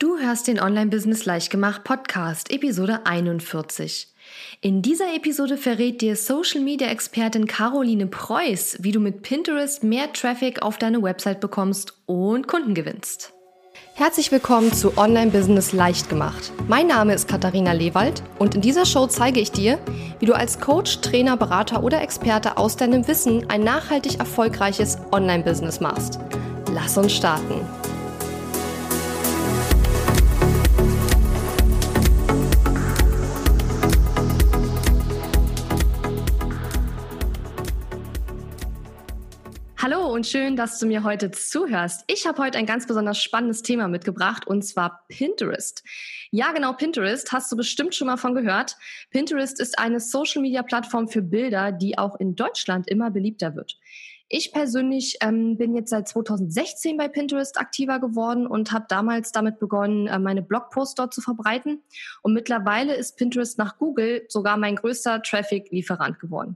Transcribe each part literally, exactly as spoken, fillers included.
Du hörst den Online-Business Leichtgemacht Podcast, Episode einundvierzig. In dieser Episode verrät dir Social-Media-Expertin Caroline Preuß, wie du mit Pinterest mehr Traffic auf deine Website bekommst und Kunden gewinnst. Herzlich willkommen zu Online-Business Leichtgemacht. Mein Name ist Katharina Lewald und in dieser Show zeige ich dir, wie du als Coach, Trainer, Berater oder Experte aus deinem Wissen ein nachhaltig erfolgreiches Online-Business machst. Lass uns starten. Hallo und schön, dass du mir heute zuhörst. Ich habe heute ein ganz besonders spannendes Thema mitgebracht und zwar Pinterest. Ja, genau, Pinterest hast du bestimmt schon mal von gehört. Pinterest ist eine Social-Media-Plattform für Bilder, die auch in Deutschland immer beliebter wird. Ich persönlich ähm, bin jetzt seit zweitausendsechzehn bei Pinterest aktiver geworden und habe damals damit begonnen, äh, meine Blogposts dort zu verbreiten. Und mittlerweile ist Pinterest nach Google sogar mein größter Traffic-Lieferant geworden.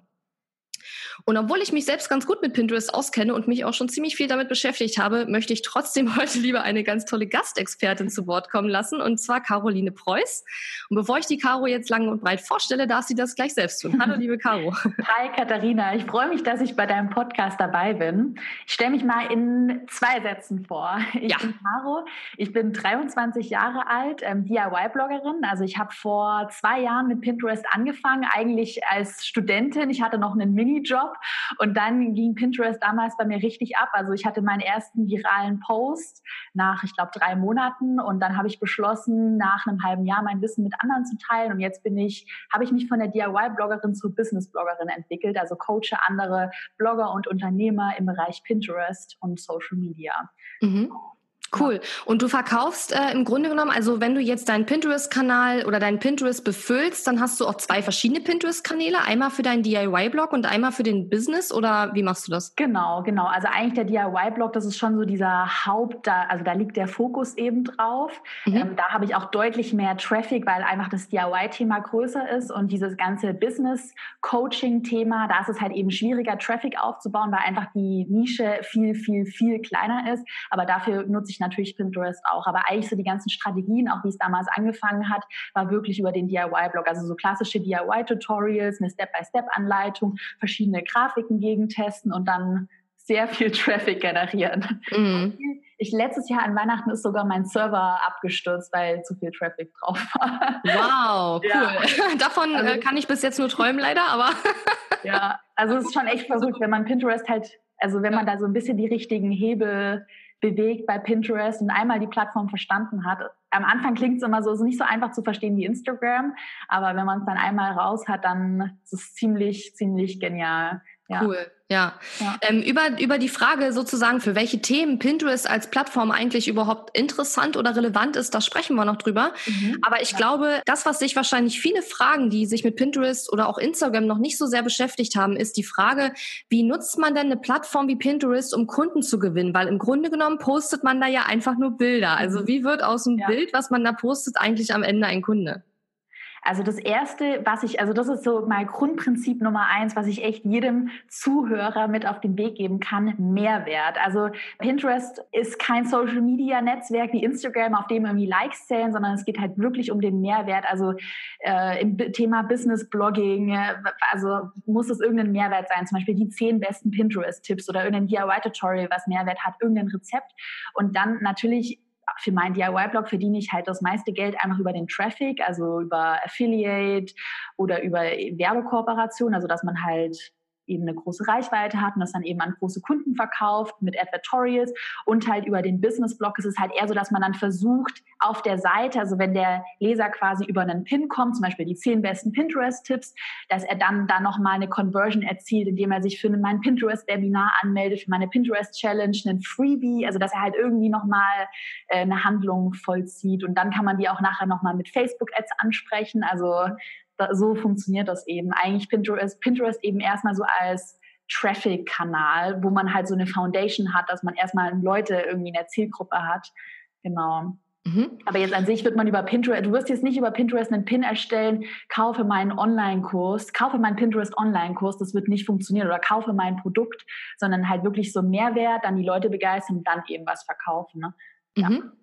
Und obwohl ich mich selbst ganz gut mit Pinterest auskenne und mich auch schon ziemlich viel damit beschäftigt habe, möchte ich trotzdem heute lieber eine ganz tolle Gastexpertin zu Wort kommen lassen, und zwar Caroline Preuß. Und bevor ich die Caro jetzt lang und breit vorstelle, darf sie das gleich selbst tun. Hallo, liebe Caro. Hi, Katharina. Ich freue mich, dass ich bei deinem Podcast dabei bin. Ich stelle mich mal in zwei Sätzen vor. Ich ja. bin Caro. Ich bin dreiundzwanzig Jahre alt, ähm, D I Y-Bloggerin. Also ich habe vor zwei Jahren mit Pinterest angefangen, eigentlich als Studentin. Ich hatte noch einen Minijob. Und dann ging Pinterest damals bei mir richtig ab. Also ich hatte meinen ersten viralen Post nach, ich glaube, drei Monaten. Und dann habe ich beschlossen, nach einem halben Jahr mein Wissen mit anderen zu teilen. Und jetzt bin ich, habe ich mich von der D I Y-Bloggerin zur Business-Bloggerin entwickelt. Also coache andere Blogger und Unternehmer im Bereich Pinterest und Social Media. Mhm. Cool. Und du verkaufst äh, im Grunde genommen, also wenn du jetzt deinen Pinterest-Kanal oder deinen Pinterest befüllst, dann hast du auch zwei verschiedene Pinterest-Kanäle, einmal für deinen D I Y-Blog und einmal für den Business, oder wie machst du das? Genau, genau. Also eigentlich der D I Y-Blog, das ist schon so dieser Haupt, da, also da liegt der Fokus eben drauf. Mhm. Ähm, da habe ich auch deutlich mehr Traffic, weil einfach das D I Y-Thema größer ist, und dieses ganze Business-Coaching-Thema, da ist es halt eben schwieriger, Traffic aufzubauen, weil einfach die Nische viel, viel, viel kleiner ist. Aber dafür nutze ich natürlich Pinterest auch. Aber eigentlich so die ganzen Strategien, auch wie es damals angefangen hat, war wirklich über den D I Y-Blog. Also so klassische D I Y-Tutorials, eine Step-by-Step-Anleitung, verschiedene Grafiken gegentesten und dann sehr viel Traffic generieren. Mhm. Ich, letztes Jahr an Weihnachten ist sogar mein Server abgestürzt, weil zu viel Traffic drauf war. Wow, cool. Ja. Davon also, äh, kann ich bis jetzt nur träumen leider, aber... Ja, also es ist schon echt verrückt, wenn man Pinterest halt, also wenn man da so ein bisschen die richtigen Hebel bewegt bei Pinterest und einmal die Plattform verstanden hat. Am Anfang klingt es immer so, es ist nicht so einfach zu verstehen wie Instagram, aber wenn man es dann einmal raus hat, dann ist es ziemlich, ziemlich genial. Ja. Cool, ja. ja. Ähm, über, über die Frage sozusagen, für welche Themen Pinterest als Plattform eigentlich überhaupt interessant oder relevant ist, da sprechen wir noch drüber. Mhm. Aber ich ja. glaube, das, was sich wahrscheinlich viele fragen, die sich mit Pinterest oder auch Instagram noch nicht so sehr beschäftigt haben, ist die Frage, wie nutzt man denn eine Plattform wie Pinterest, um Kunden zu gewinnen? Weil im Grunde genommen postet man da ja einfach nur Bilder. Also wie wird aus dem ja. Bild, was man da postet, eigentlich am Ende ein Kunde? Also das Erste, was ich, also das ist so mein Grundprinzip Nummer eins, was ich echt jedem Zuhörer mit auf den Weg geben kann: Mehrwert. Also Pinterest ist kein Social-Media-Netzwerk wie Instagram, auf dem irgendwie Likes zählen, sondern es geht halt wirklich um den Mehrwert. Also äh, im Thema Business-Blogging, äh, also muss es irgendein Mehrwert sein, zum Beispiel die zehn besten Pinterest-Tipps oder irgendein D I Y-Tutorial, was Mehrwert hat, irgendein Rezept. Und dann natürlich für meinen D I Y-Blog verdiene ich halt das meiste Geld einfach über den Traffic, also über Affiliate oder über Werbekooperation, also dass man halt eben eine große Reichweite hat und das dann eben an große Kunden verkauft mit Advertorials. Und halt über den Business-Blog ist es halt eher so, dass man dann versucht, auf der Seite, also wenn der Leser quasi über einen Pin kommt, zum Beispiel die zehn besten Pinterest-Tipps, dass er dann da nochmal eine Conversion erzielt, indem er sich für mein Pinterest-Webinar anmeldet, für meine Pinterest-Challenge, einen Freebie, also dass er halt irgendwie nochmal äh, eine Handlung vollzieht. Und dann kann man die auch nachher nochmal mit Facebook-Ads ansprechen, also so funktioniert das eben. Eigentlich Pinterest, Pinterest eben erstmal so als Traffic-Kanal, wo man halt so eine Foundation hat, dass man erstmal Leute irgendwie in der Zielgruppe hat. Genau. Mhm. Aber jetzt an sich wird man über Pinterest, du wirst jetzt nicht über Pinterest einen Pin erstellen, kaufe meinen Online-Kurs, kaufe meinen Pinterest-Online-Kurs, das wird nicht funktionieren, oder kaufe mein Produkt, sondern halt wirklich so Mehrwert, dann die Leute begeistern und dann eben was verkaufen. Ne? Ja. Mhm.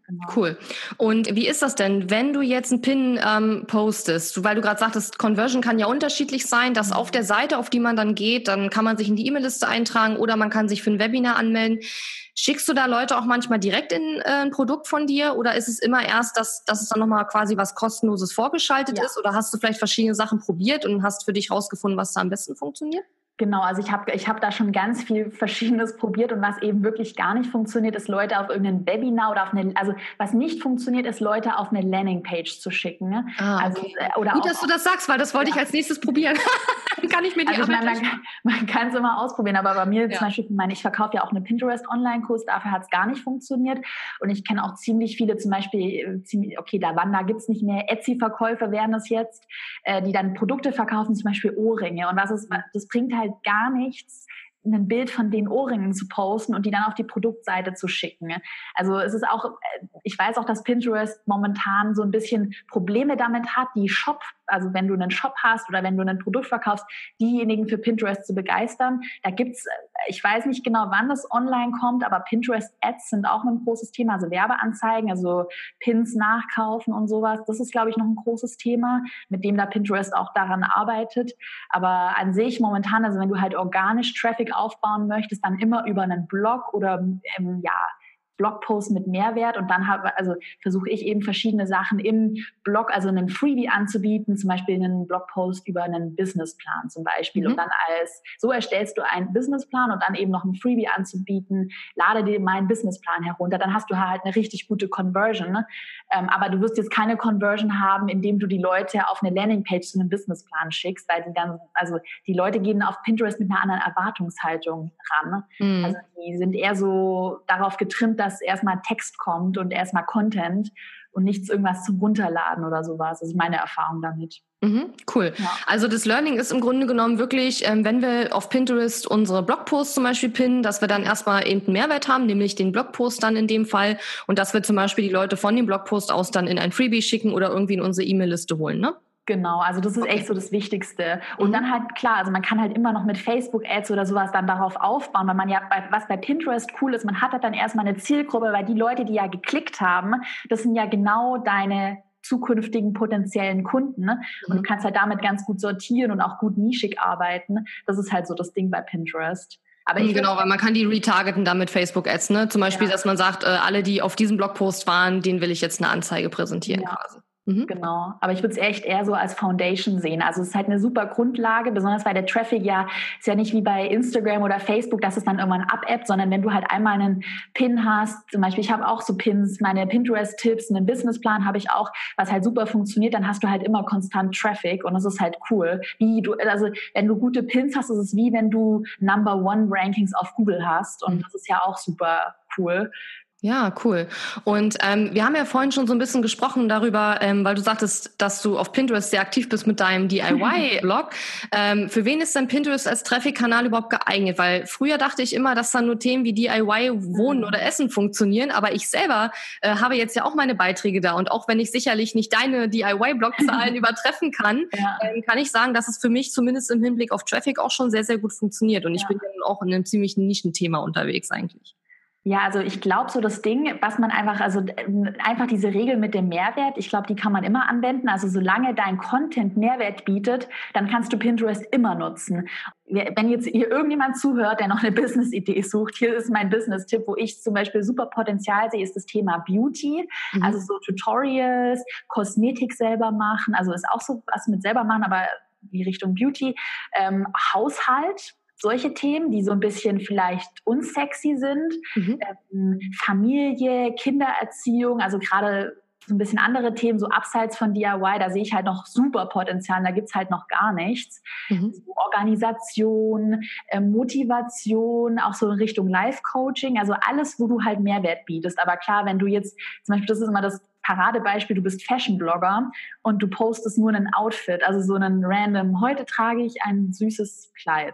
Genau. Cool. Und wie ist das denn, wenn du jetzt einen Pin ähm, postest? Weil du gerade sagtest, Conversion kann ja unterschiedlich sein, dass mhm. auf der Seite, auf die man dann geht, dann kann man sich in die E-Mail-Liste eintragen oder man kann sich für ein Webinar anmelden. Schickst du da Leute auch manchmal direkt in äh, ein Produkt von dir oder ist es immer erst, dass, dass es dann nochmal quasi was Kostenloses vorgeschaltet ja. ist? Oder hast du vielleicht verschiedene Sachen probiert und hast für dich rausgefunden, was da am besten funktioniert? Genau, also ich habe ich hab da schon ganz viel Verschiedenes probiert und was eben wirklich gar nicht funktioniert, ist Leute auf irgendein Webinar oder auf eine, also was nicht funktioniert, ist Leute auf eine Landingpage zu schicken. Ne? Ah, also, okay. oder Gut, auch, dass du das sagst, weil das wollte ja. ich als nächstes probieren. Dann kann ich mir die also Arbeit ich meine, man, man kann es immer ausprobieren, aber bei mir ja. zum Beispiel, ich, meine, ich verkaufe ja auch einen Pinterest-Online-Kurs, dafür hat es gar nicht funktioniert und ich kenne auch ziemlich viele, zum Beispiel, ziemlich, okay, da Wanda gibt es nicht mehr, Etsy-Verkäufer wären es jetzt, äh, die dann Produkte verkaufen, zum Beispiel Ohrringe und was ist, das bringt halt gar nichts, ein Bild von den Ohrringen zu posten und die dann auf die Produktseite zu schicken. Also es ist auch, ich weiß auch, dass Pinterest momentan so ein bisschen Probleme damit hat, die Shop, also wenn du einen Shop hast oder wenn du ein Produkt verkaufst, diejenigen für Pinterest zu begeistern. Da gibt's, ich weiß nicht genau, wann das online kommt, aber Pinterest-Ads sind auch ein großes Thema, also Werbeanzeigen, also Pins nachkaufen und sowas. Das ist, glaube ich, noch ein großes Thema, mit dem da Pinterest auch daran arbeitet. Aber an sich momentan, also wenn du halt organisch Traffic aufbauen möchtest, dann immer über einen Blog oder ähm, ja, Blogpost mit Mehrwert und dann habe, also versuche ich eben verschiedene Sachen im Blog, also einen Freebie anzubieten, zum Beispiel einen Blogpost über einen Businessplan zum Beispiel mhm. und dann als, so erstellst du einen Businessplan und dann eben noch ein Freebie anzubieten, lade dir meinen Businessplan herunter, dann hast du halt eine richtig gute Conversion, ne? ähm, aber du wirst jetzt keine Conversion haben, indem du die Leute auf eine Landingpage zu einem Businessplan schickst, weil die dann, also die Leute gehen auf Pinterest mit einer anderen Erwartungshaltung ran, ne? mhm. Also die sind eher so darauf getrimmt, dass erstmal Text kommt und erstmal Content und nichts irgendwas zum Runterladen oder sowas. Das ist meine Erfahrung damit. Mhm, cool. Ja. Also das Learning ist im Grunde genommen wirklich, ähm, wenn wir auf Pinterest unsere Blogposts zum Beispiel pinnen, dass wir dann erstmal eben einen Mehrwert haben, nämlich den Blogpost dann in dem Fall und dass wir zum Beispiel die Leute von dem Blogpost aus dann in ein Freebie schicken oder irgendwie in unsere E-Mail-Liste holen, ne? Genau, also das ist okay. echt so das Wichtigste. Und mhm. dann halt, klar, also man kann halt immer noch mit Facebook-Ads oder sowas dann darauf aufbauen, weil man ja, bei, was bei Pinterest cool ist, man hat halt dann erstmal eine Zielgruppe, weil die Leute, die ja geklickt haben, das sind ja genau deine zukünftigen potenziellen Kunden. Ne? Mhm. Und du kannst halt damit ganz gut sortieren und auch gut nischig arbeiten. Das ist halt so das Ding bei Pinterest. Aber ich genau, weil man kann die retargeten dann mit Facebook-Ads, ne? Zum Beispiel, ja. dass man sagt, äh, alle, die auf diesem Blogpost waren, denen will ich jetzt eine Anzeige präsentieren ja. quasi. Mhm. Genau, aber ich würde es echt eher so als Foundation sehen. Also es ist halt eine super Grundlage, besonders weil der Traffic ja ist ja nicht wie bei Instagram oder Facebook, dass es dann irgendwann abebbt, sondern wenn du halt einmal einen Pin hast, zum Beispiel ich habe auch so Pins, meine Pinterest-Tipps, einen Businessplan habe ich auch, was halt super funktioniert, dann hast du halt immer konstant Traffic und das ist halt cool. Wie du, also wenn du gute Pins hast, ist es wie wenn du Number One Rankings auf Google hast und das ist ja auch super cool. Ja, cool. Und ähm, wir haben ja vorhin schon so ein bisschen gesprochen darüber, ähm, weil du sagtest, dass du auf Pinterest sehr aktiv bist mit deinem D I Y-Blog. ähm, für wen ist denn Pinterest als Traffic-Kanal überhaupt geeignet? Weil früher dachte ich immer, dass dann nur Themen wie D I Y, Wohnen oder Essen funktionieren. Aber ich selber äh, habe jetzt ja auch meine Beiträge da. Und auch wenn ich sicherlich nicht deine D I Y-Blog-Zahlen übertreffen kann, ja. ähm, kann ich sagen, dass es für mich zumindest im Hinblick auf Traffic auch schon sehr, sehr gut funktioniert. Und ich ja. bin ja auch in einem ziemlichen Nischenthema unterwegs eigentlich. Ja, also ich glaube, so das Ding, was man einfach, also einfach diese Regel mit dem Mehrwert, ich glaube, die kann man immer anwenden. Also solange dein Content Mehrwert bietet, dann kannst du Pinterest immer nutzen. Wenn jetzt hier irgendjemand zuhört, der noch eine Business-Idee sucht, hier ist mein Business-Tipp, wo ich zum Beispiel super Potenzial sehe, ist das Thema Beauty. Mhm. Also so Tutorials, Kosmetik selber machen, also ist auch so was mit selber machen, aber die Richtung Beauty, ähm, Haushalt. Solche Themen, die so ein bisschen vielleicht unsexy sind, mhm. ähm, Familie, Kindererziehung, also gerade so ein bisschen andere Themen, so abseits von D I Y, da sehe ich halt noch super Potenzial, da gibt's halt noch gar nichts. Mhm. So Organisation, äh, Motivation, auch so in Richtung Life-Coaching, also alles, wo du halt Mehrwert bietest. Aber klar, wenn du jetzt, zum Beispiel, das ist immer das Paradebeispiel, du bist Fashion-Blogger und du postest nur ein Outfit, also so einen random, heute trage ich ein süßes Kleid.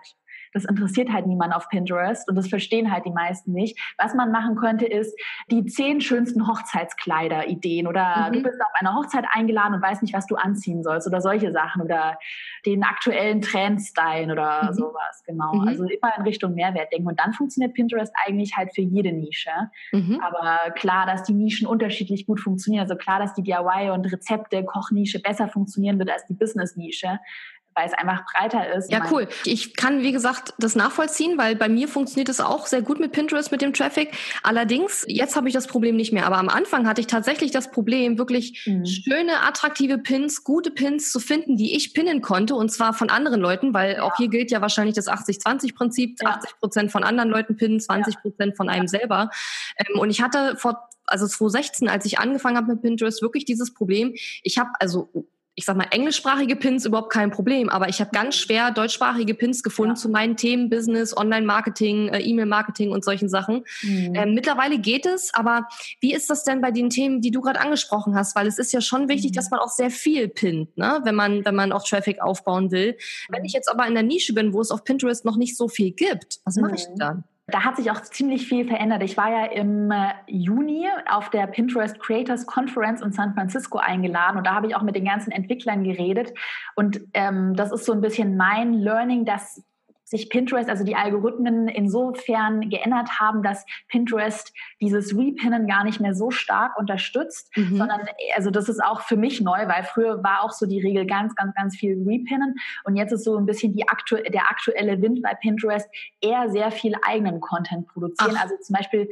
das interessiert halt niemand auf Pinterest und das verstehen halt die meisten nicht. Was man machen könnte, ist die zehn schönsten Hochzeitskleider-Ideen oder mhm. du bist auf einer Hochzeit eingeladen und weißt nicht, was du anziehen sollst oder solche Sachen oder den aktuellen Trend-Style oder mhm. sowas, genau. Mhm. Also immer in Richtung Mehrwert denken und dann funktioniert Pinterest eigentlich halt für jede Nische. Mhm. Aber klar, dass die Nischen unterschiedlich gut funktionieren, also klar, dass die D I Y und Rezepte, Kochnische besser funktionieren wird als die Business-Nische, weil es einfach breiter ist. Ja, cool. Ich kann, wie gesagt, das nachvollziehen, weil bei mir funktioniert es auch sehr gut mit Pinterest, mit dem Traffic. Allerdings, jetzt habe ich das Problem nicht mehr. Aber am Anfang hatte ich tatsächlich das Problem, wirklich mhm. schöne, attraktive Pins, gute Pins zu finden, die ich pinnen konnte. Und zwar von anderen Leuten, weil ja. auch hier gilt ja wahrscheinlich das achtzig zwanzig Prinzip. Ja. achtzig Prozent von anderen Leuten pinnen, zwanzig Prozent ja. von einem ja. selber. Ähm, und ich hatte vor, also zwanzig sechzehn, als ich angefangen habe mit Pinterest, wirklich dieses Problem. Ich habe also... ich sag mal, englischsprachige Pins überhaupt kein Problem, aber ich habe ganz schwer deutschsprachige Pins gefunden ja. zu meinen Themen, Business, Online-Marketing, äh, E-Mail-Marketing und solchen Sachen. Mhm. Ähm, mittlerweile geht es, aber wie ist das denn bei den Themen, die du gerade angesprochen hast? Weil es ist ja schon wichtig, mhm. dass man auch sehr viel pinnt, ne? wenn man wenn man auch Traffic aufbauen will. Mhm. Wenn ich jetzt aber in der Nische bin, wo es auf Pinterest noch nicht so viel gibt, was mache mhm. ich dann? Da hat sich auch ziemlich viel verändert. Ich war ja im Juni auf der Pinterest Creators Conference in San Francisco eingeladen und da habe ich auch mit den ganzen Entwicklern geredet. Und ähm, das ist so ein bisschen mein Learning, dass sich Pinterest, also die Algorithmen insofern geändert haben, dass Pinterest dieses Repinnen gar nicht mehr so stark unterstützt, mhm. sondern, also das ist auch für mich neu, weil früher war auch so die Regel ganz, ganz, ganz viel Repinnen und jetzt ist so ein bisschen die aktu- der aktuelle Wind bei Pinterest eher sehr viel eigenen Content produzieren. Ach. Also zum Beispiel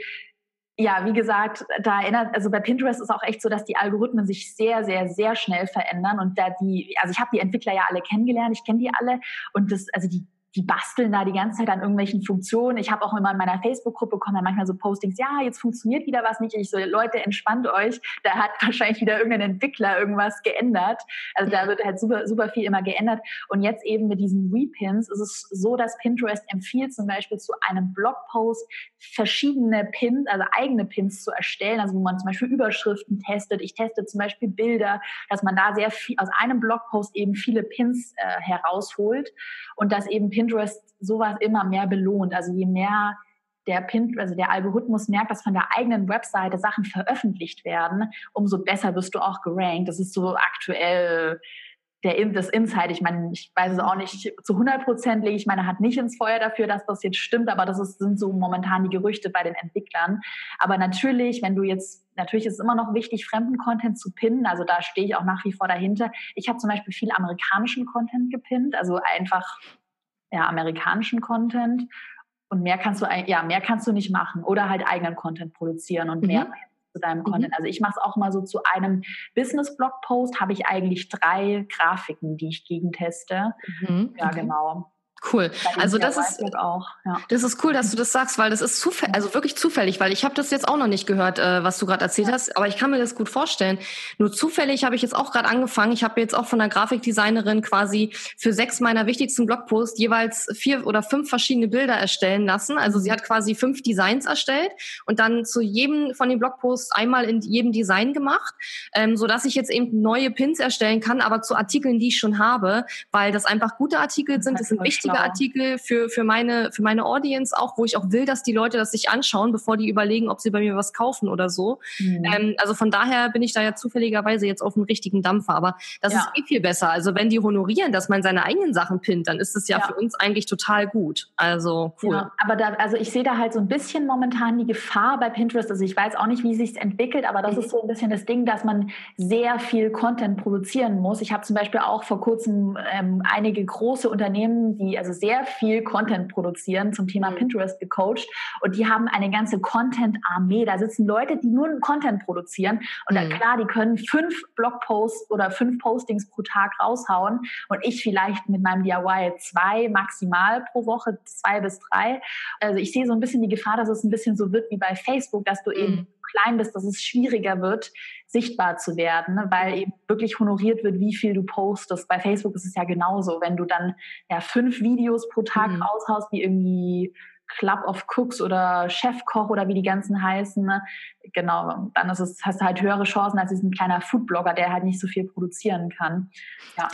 ja, wie gesagt, da erinnert, also bei Pinterest ist auch echt so, dass die Algorithmen sich sehr, sehr, sehr schnell verändern und da die, also ich habe die Entwickler ja alle kennengelernt, ich kenne die alle und das, also die die basteln da die ganze Zeit an irgendwelchen Funktionen. Ich habe auch immer in meiner Facebook-Gruppe kommen dann manchmal so Postings, ja, jetzt funktioniert wieder was nicht. Ich so, Leute, entspannt euch. Da hat wahrscheinlich wieder irgendein Entwickler irgendwas geändert. Also da wird halt super, super viel immer geändert. Und jetzt eben mit diesen Repins ist es so, dass Pinterest empfiehlt, zum Beispiel zu einem Blogpost verschiedene Pins, also eigene Pins zu erstellen. Also wo man zum Beispiel Überschriften testet. Ich teste zum Beispiel Bilder, dass man da sehr viel, aus einem Blogpost eben viele Pins äh, herausholt. Und dass eben Pinterest sowas immer mehr belohnt. Also je mehr der Pin, also der Algorithmus merkt, dass von der eigenen Webseite Sachen veröffentlicht werden, umso besser wirst du auch gerankt. Das ist so aktuell der, das Insight. Ich meine, ich weiß es auch nicht zu hundert Prozent, lege ich meine Hand nicht ins Feuer dafür, dass das jetzt stimmt, aber das ist, sind so momentan die Gerüchte bei den Entwicklern. Aber natürlich, wenn du jetzt, natürlich ist es immer noch wichtig, fremden Content zu pinnen, also da stehe ich auch nach wie vor dahinter. Ich habe zum Beispiel viel amerikanischen Content gepinnt, also einfach ja, amerikanischen Content und mehr kannst du ja mehr kannst du nicht machen oder halt eigenen Content produzieren und mhm. mehr zu deinem Content. Mhm. Also ich mache es auch mal so zu einem Business-Blog-Post habe ich eigentlich drei Grafiken, die ich gegenteste. Mhm. Ja, okay. Genau. Cool. Also das ist auch, ja. Das ist cool, dass du das sagst, weil das ist zufällig, also wirklich zufällig, weil ich habe das jetzt auch noch nicht gehört, äh, was du gerade erzählt ja. hast, aber ich kann mir das gut vorstellen. Nur zufällig habe ich jetzt auch gerade angefangen. Ich habe jetzt auch von einer Grafikdesignerin quasi für sechs meiner wichtigsten Blogposts jeweils vier oder fünf verschiedene Bilder erstellen lassen. Also sie hat quasi fünf Designs erstellt und dann zu jedem von den Blogposts einmal in jedem Design gemacht, ähm, so dass ich jetzt eben neue Pins erstellen kann, aber zu Artikeln, die ich schon habe, weil das einfach gute Artikel sind. Das sind wichtige Artikel für für meine für meine Audience auch, wo ich auch will, dass die Leute das sich anschauen, bevor die überlegen, ob sie bei mir was kaufen oder so. Mhm. Ähm, also von daher bin ich da ja zufälligerweise jetzt auf dem richtigen Dampfer. Aber das ja. ist eh viel besser. Also wenn die honorieren, dass man seine eigenen Sachen pinnt, dann ist es ja, ja. für uns eigentlich total gut. Also cool. Ja, aber da, also ich sehe da halt so ein bisschen momentan die Gefahr bei Pinterest. Also ich weiß auch nicht, wie es sich entwickelt, aber das mhm. ist so ein bisschen das Ding, dass man sehr viel Content produzieren muss. Ich habe zum Beispiel auch vor kurzem ähm, einige große Unternehmen, die also sehr viel Content produzieren zum Thema mhm. Pinterest gecoacht und die haben eine ganze Content-Armee. Da sitzen Leute, die nur Content produzieren und mhm. dann, klar, die können fünf Blogposts oder fünf Postings pro Tag raushauen und ich vielleicht mit meinem D I Y zwei maximal pro Woche, zwei bis drei. Also ich sehe so ein bisschen die Gefahr, dass es ein bisschen so wird wie bei Facebook, dass du mhm. eben klein bist, dass es schwieriger wird, sichtbar zu werden, ne? Weil eben wirklich honoriert wird, wie viel du postest. Bei Facebook ist es ja genauso. Wenn du dann ja fünf Videos pro Tag mhm. raushaust, wie irgendwie Club of Cooks oder Chefkoch oder wie die ganzen heißen, ne? Genau, dann ist es, hast du halt höhere Chancen als ein kleiner Foodblogger, der halt nicht so viel produzieren kann. Ja.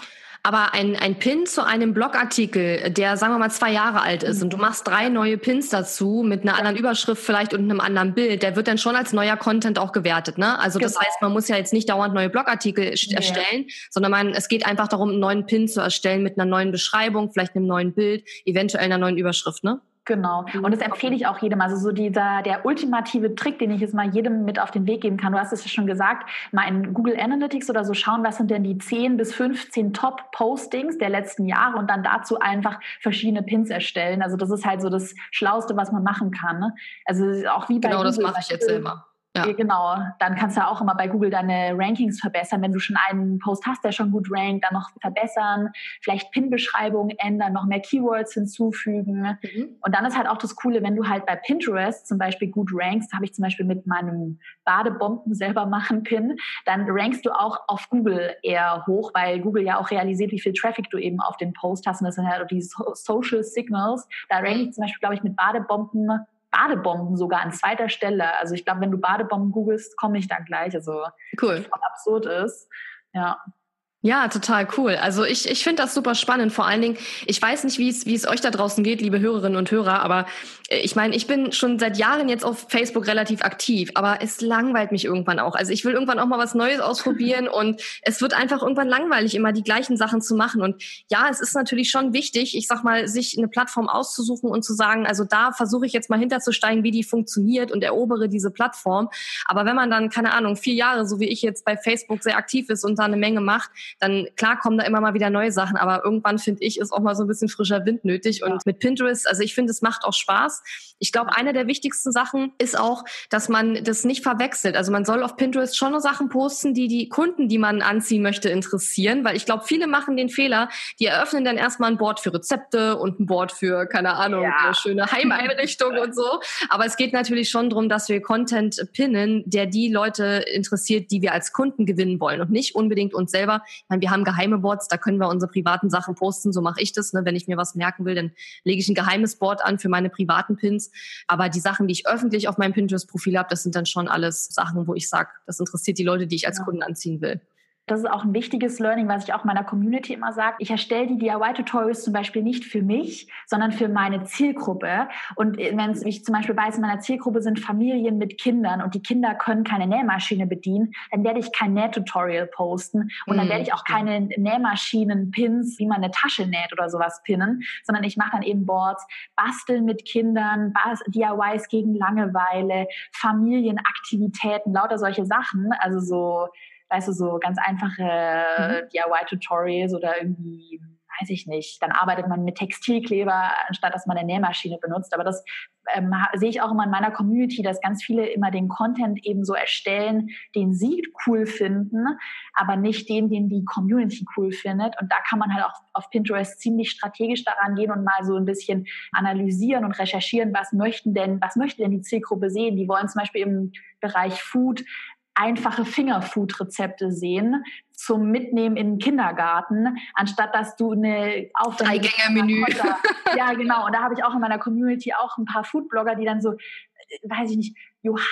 Aber ein, ein Pin zu einem Blogartikel, der, sagen wir mal, zwei Jahre alt ist, mhm. und du machst drei neue Pins dazu mit einer anderen Überschrift vielleicht und einem anderen Bild, der wird dann schon als neuer Content auch gewertet, ne? Also genau. Das heißt, man muss ja jetzt nicht dauernd neue Blogartikel nee. erstellen, sondern man, es geht einfach darum, einen neuen Pin zu erstellen mit einer neuen Beschreibung, vielleicht einem neuen Bild, eventuell einer neuen Überschrift, ne? Genau. Und das empfehle ich auch jedem. Also so dieser, der ultimative Trick, den ich jetzt mal jedem mit auf den Weg geben kann. Du hast es ja schon gesagt, mal in Google Analytics oder so schauen, was sind denn die zehn bis fünfzehn Top-Postings der letzten Jahre und dann dazu einfach verschiedene Pins erstellen. Also das ist halt so das Schlauste, was man machen kann. Ne? Also auch wie bei Genau, Google, das mache ich jetzt immer. Ja. Genau, dann kannst du auch immer bei Google deine Rankings verbessern. Wenn du schon einen Post hast, der schon gut rankt, dann noch verbessern, vielleicht Pin-Beschreibungen ändern, noch mehr Keywords hinzufügen. Mhm. Und dann ist halt auch das Coole, wenn du halt bei Pinterest zum Beispiel gut rankst, habe ich zum Beispiel mit meinem Badebomben selber machen Pin, dann rankst du auch auf Google eher hoch, weil Google ja auch realisiert, wie viel Traffic du eben auf den Post hast. Und das sind halt die Social Signals. Da rank ich zum Beispiel, glaube ich, mit Badebomben Badebomben sogar an zweiter Stelle. Also ich glaube, wenn du Badebomben googelst, komme ich da gleich. Also cool. Was absurd ist. Ja. Ja, total cool. Also ich, ich finde das super spannend. Vor allen Dingen, ich weiß nicht, wie es, wie es euch da draußen geht, liebe Hörerinnen und Hörer, aber ich meine, ich bin schon seit Jahren jetzt auf Facebook relativ aktiv, aber es langweilt mich irgendwann auch. Also ich will irgendwann auch mal was Neues ausprobieren und es wird einfach irgendwann langweilig, immer die gleichen Sachen zu machen. Und ja, es ist natürlich schon wichtig, ich sag mal, sich eine Plattform auszusuchen und zu sagen, also da versuche ich jetzt mal hinterzusteigen, wie die funktioniert und erobere diese Plattform. Aber wenn man dann, keine Ahnung, vier Jahre, so wie ich jetzt bei Facebook sehr aktiv ist und da eine Menge macht, dann klar kommen da immer mal wieder neue Sachen, aber irgendwann finde ich, ist auch mal so ein bisschen frischer Wind nötig. Und ja. mit Pinterest, also ich finde, es macht auch Spaß. Ich glaube, eine der wichtigsten Sachen ist auch, dass man das nicht verwechselt. Also man soll auf Pinterest schon nur Sachen posten, die die Kunden, die man anziehen möchte, interessieren, weil ich glaube, viele machen den Fehler, die eröffnen dann erstmal ein Board für Rezepte und ein Board für, keine Ahnung, ja. eine schöne Heimeinrichtung und so. Aber es geht natürlich schon darum, dass wir Content pinnen, der die Leute interessiert, die wir als Kunden gewinnen wollen und nicht unbedingt uns selber. Ich meine, wir haben geheime Boards, da können wir unsere privaten Sachen posten, so mache ich das. Ne? Wenn ich mir was merken will, dann lege ich ein geheimes Board an für meine privaten Pins. Aber die Sachen, die ich öffentlich auf meinem Pinterest-Profil habe, das sind dann schon alles Sachen, wo ich sage, das interessiert die Leute, die ich als ja. Kunden anziehen will. Das ist auch ein wichtiges Learning, was ich auch meiner Community immer sage. Ich erstelle die D I Y-Tutorials zum Beispiel nicht für mich, sondern für meine Zielgruppe. Und wenn ich zum Beispiel weiß, in meiner Zielgruppe sind Familien mit Kindern und die Kinder können keine Nähmaschine bedienen, dann werde ich kein Nähtutorial posten und dann werde ich auch keine Nähmaschinen-Pins, wie man eine Tasche näht oder sowas pinnen, sondern ich mache dann eben Boards, Basteln mit Kindern, D I Ys gegen Langeweile, Familienaktivitäten, lauter solche Sachen. Also so weißt du, so ganz einfache mhm. D I Y-Tutorials oder irgendwie, weiß ich nicht, dann arbeitet man mit Textilkleber, anstatt dass man eine Nähmaschine benutzt. Aber das ähm, sehe ich auch immer in meiner Community, dass ganz viele immer den Content eben so erstellen, den sie cool finden, aber nicht den, den die Community cool findet. Und da kann man halt auch auf Pinterest ziemlich strategisch daran gehen und mal so ein bisschen analysieren und recherchieren, was möchten denn, was möchte denn die Zielgruppe sehen? Die wollen zum Beispiel im Bereich Food einfache Fingerfood-Rezepte sehen zum Mitnehmen in den Kindergarten, anstatt dass du eine aufwendige Drei-Gänge-Menü. Ja, genau. Und da habe ich auch in meiner Community auch ein paar Foodblogger, die dann so, weiß ich nicht,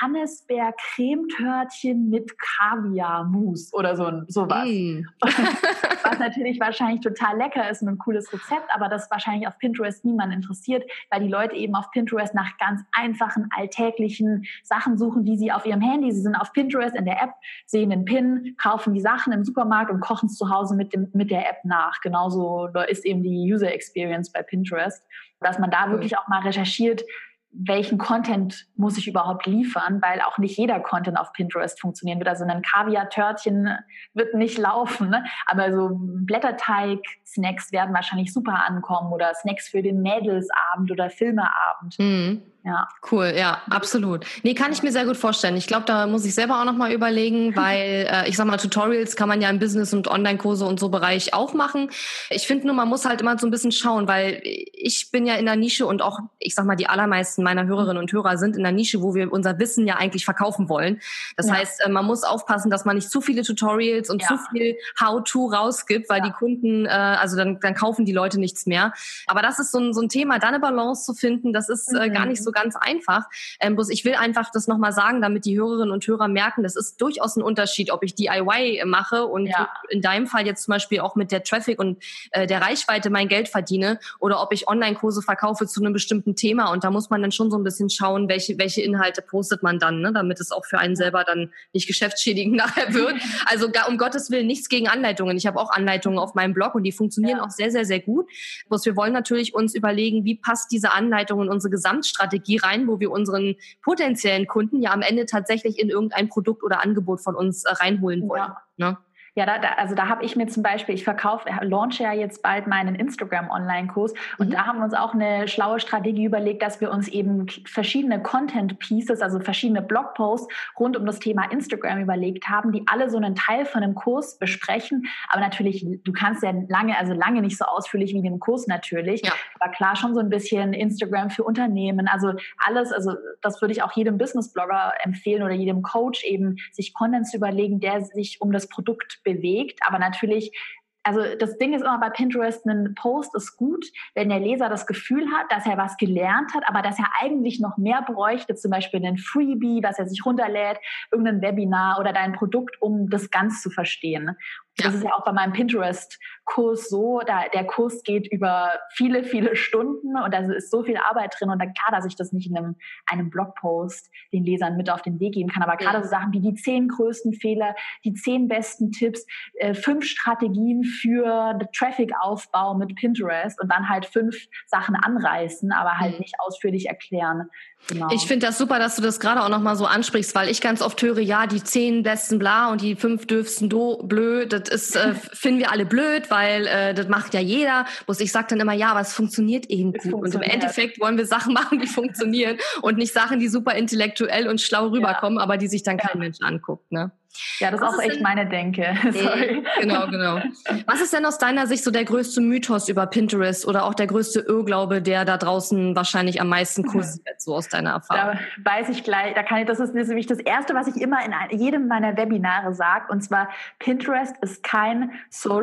Johannisbeer-Cremetörtchen mit Kaviar-Mousse oder so sowas. Mm. Was natürlich wahrscheinlich total lecker ist und ein cooles Rezept, aber das wahrscheinlich auf Pinterest niemand interessiert, weil die Leute eben auf Pinterest nach ganz einfachen, alltäglichen Sachen suchen, die sie auf ihrem Handy, sie sind auf Pinterest in der App, sehen den Pin, kaufen die Sachen im Supermarkt und kochen es zu Hause mit dem, mit der App nach. Genauso ist eben die User Experience bei Pinterest, dass man da wirklich auch mal recherchiert, welchen Content muss ich überhaupt liefern, weil auch nicht jeder Content auf Pinterest funktionieren wird. Also ein Kaviar-Törtchen wird nicht laufen, ne? Aber so Blätterteig-Snacks werden wahrscheinlich super ankommen oder Snacks für den Mädelsabend oder Filmeabend. Mhm. Ja. Cool, ja, absolut. Nee, kann ich mir sehr gut vorstellen. Ich glaube, da muss ich selber auch nochmal überlegen, weil äh, ich sag mal, Tutorials kann man ja im Business- und Online-Kurse und so Bereich auch machen. Ich finde nur, man muss halt immer so ein bisschen schauen, weil ich bin ja in der Nische und auch, ich sag mal, die allermeisten meiner Hörerinnen und Hörer sind in der Nische, wo wir unser Wissen ja eigentlich verkaufen wollen. Das ja. heißt, man muss aufpassen, dass man nicht zu viele Tutorials und ja. zu viel How-to rausgibt, weil ja. die Kunden, äh, also dann, dann kaufen die Leute nichts mehr. Aber das ist so ein, so ein Thema, da eine Balance zu finden, das ist äh, gar nicht so so ganz einfach. Ähm, bloß ich will einfach das nochmal sagen, damit die Hörerinnen und Hörer merken, das ist durchaus ein Unterschied, ob ich D I Y mache und ja. in deinem Fall jetzt zum Beispiel auch mit der Traffic und äh, der Reichweite mein Geld verdiene oder ob ich Online-Kurse verkaufe zu einem bestimmten Thema. Und da muss man dann schon so ein bisschen schauen, welche, welche Inhalte postet man dann, ne? Damit es auch für einen selber dann nicht geschäftsschädigend nachher wird. Also um Gottes Willen nichts gegen Anleitungen. Ich habe auch Anleitungen auf meinem Blog und die funktionieren ja. auch sehr, sehr, sehr gut. Bloß wir wollen natürlich uns überlegen, wie passt diese Anleitung in unsere Gesamtstrategie rein, wo wir unseren potenziellen Kunden ja am Ende tatsächlich in irgendein Produkt oder Angebot von uns äh, reinholen wollen. Ja. Ne? Ja, da, da, also da habe ich mir zum Beispiel, ich verkaufe, launche ja jetzt bald meinen Instagram-Online-Kurs und mhm. da haben wir uns auch eine schlaue Strategie überlegt, dass wir uns eben verschiedene Content-Pieces, also verschiedene Blogposts rund um das Thema Instagram überlegt haben, die alle so einen Teil von einem Kurs besprechen. Aber natürlich, du kannst ja lange, also lange nicht so ausführlich wie in dem Kurs natürlich, ja. aber klar schon so ein bisschen Instagram für Unternehmen, also alles, also das würde ich auch jedem Business-Blogger empfehlen oder jedem Coach eben, sich Content zu überlegen, der sich um das Produkt bewegt, aber natürlich, also das Ding ist immer bei Pinterest, ein Post ist gut, wenn der Leser das Gefühl hat, dass er was gelernt hat, aber dass er eigentlich noch mehr bräuchte, zum Beispiel einen Freebie, was er sich runterlädt, irgendein Webinar oder dein Produkt, um das ganz zu verstehen. Ja. Das ist ja auch bei meinem Pinterest-Kurs so, da, der Kurs geht über viele, viele Stunden und da ist so viel Arbeit drin und dann klar, dass ich das nicht in einem, einem Blogpost den Lesern mit auf den Weg geben kann, aber gerade ja. so Sachen wie die zehn größten Fehler, die zehn besten Tipps, äh, fünf Strategien für Traffic-Aufbau mit Pinterest und dann halt fünf Sachen anreißen, aber halt mhm. nicht ausführlich erklären. Genau. Ich finde das super, dass du das gerade auch nochmal so ansprichst, weil ich ganz oft höre, ja, die zehn besten bla und die fünf dürfsten do blöd, das ist, äh, finden wir alle blöd, weil äh, das macht ja jeder. Bloß ich sage dann immer, ja, aber es funktioniert eben gut. Und im Endeffekt wollen wir Sachen machen, die funktionieren und nicht Sachen, die super intellektuell und schlau rüberkommen, ja. aber die sich dann kein ja. Mensch anguckt, ne? Ja, das ist auch echt denn, meine Denke. Sorry. Genau, genau. Was ist denn aus deiner Sicht so der größte Mythos über Pinterest oder auch der größte Irrglaube, der da draußen wahrscheinlich am meisten kursiert, so aus deiner Erfahrung? Da weiß ich gleich, da kann ich, das ist nämlich das Erste, was ich immer in jedem meiner Webinare sage, und zwar, Pinterest ist kein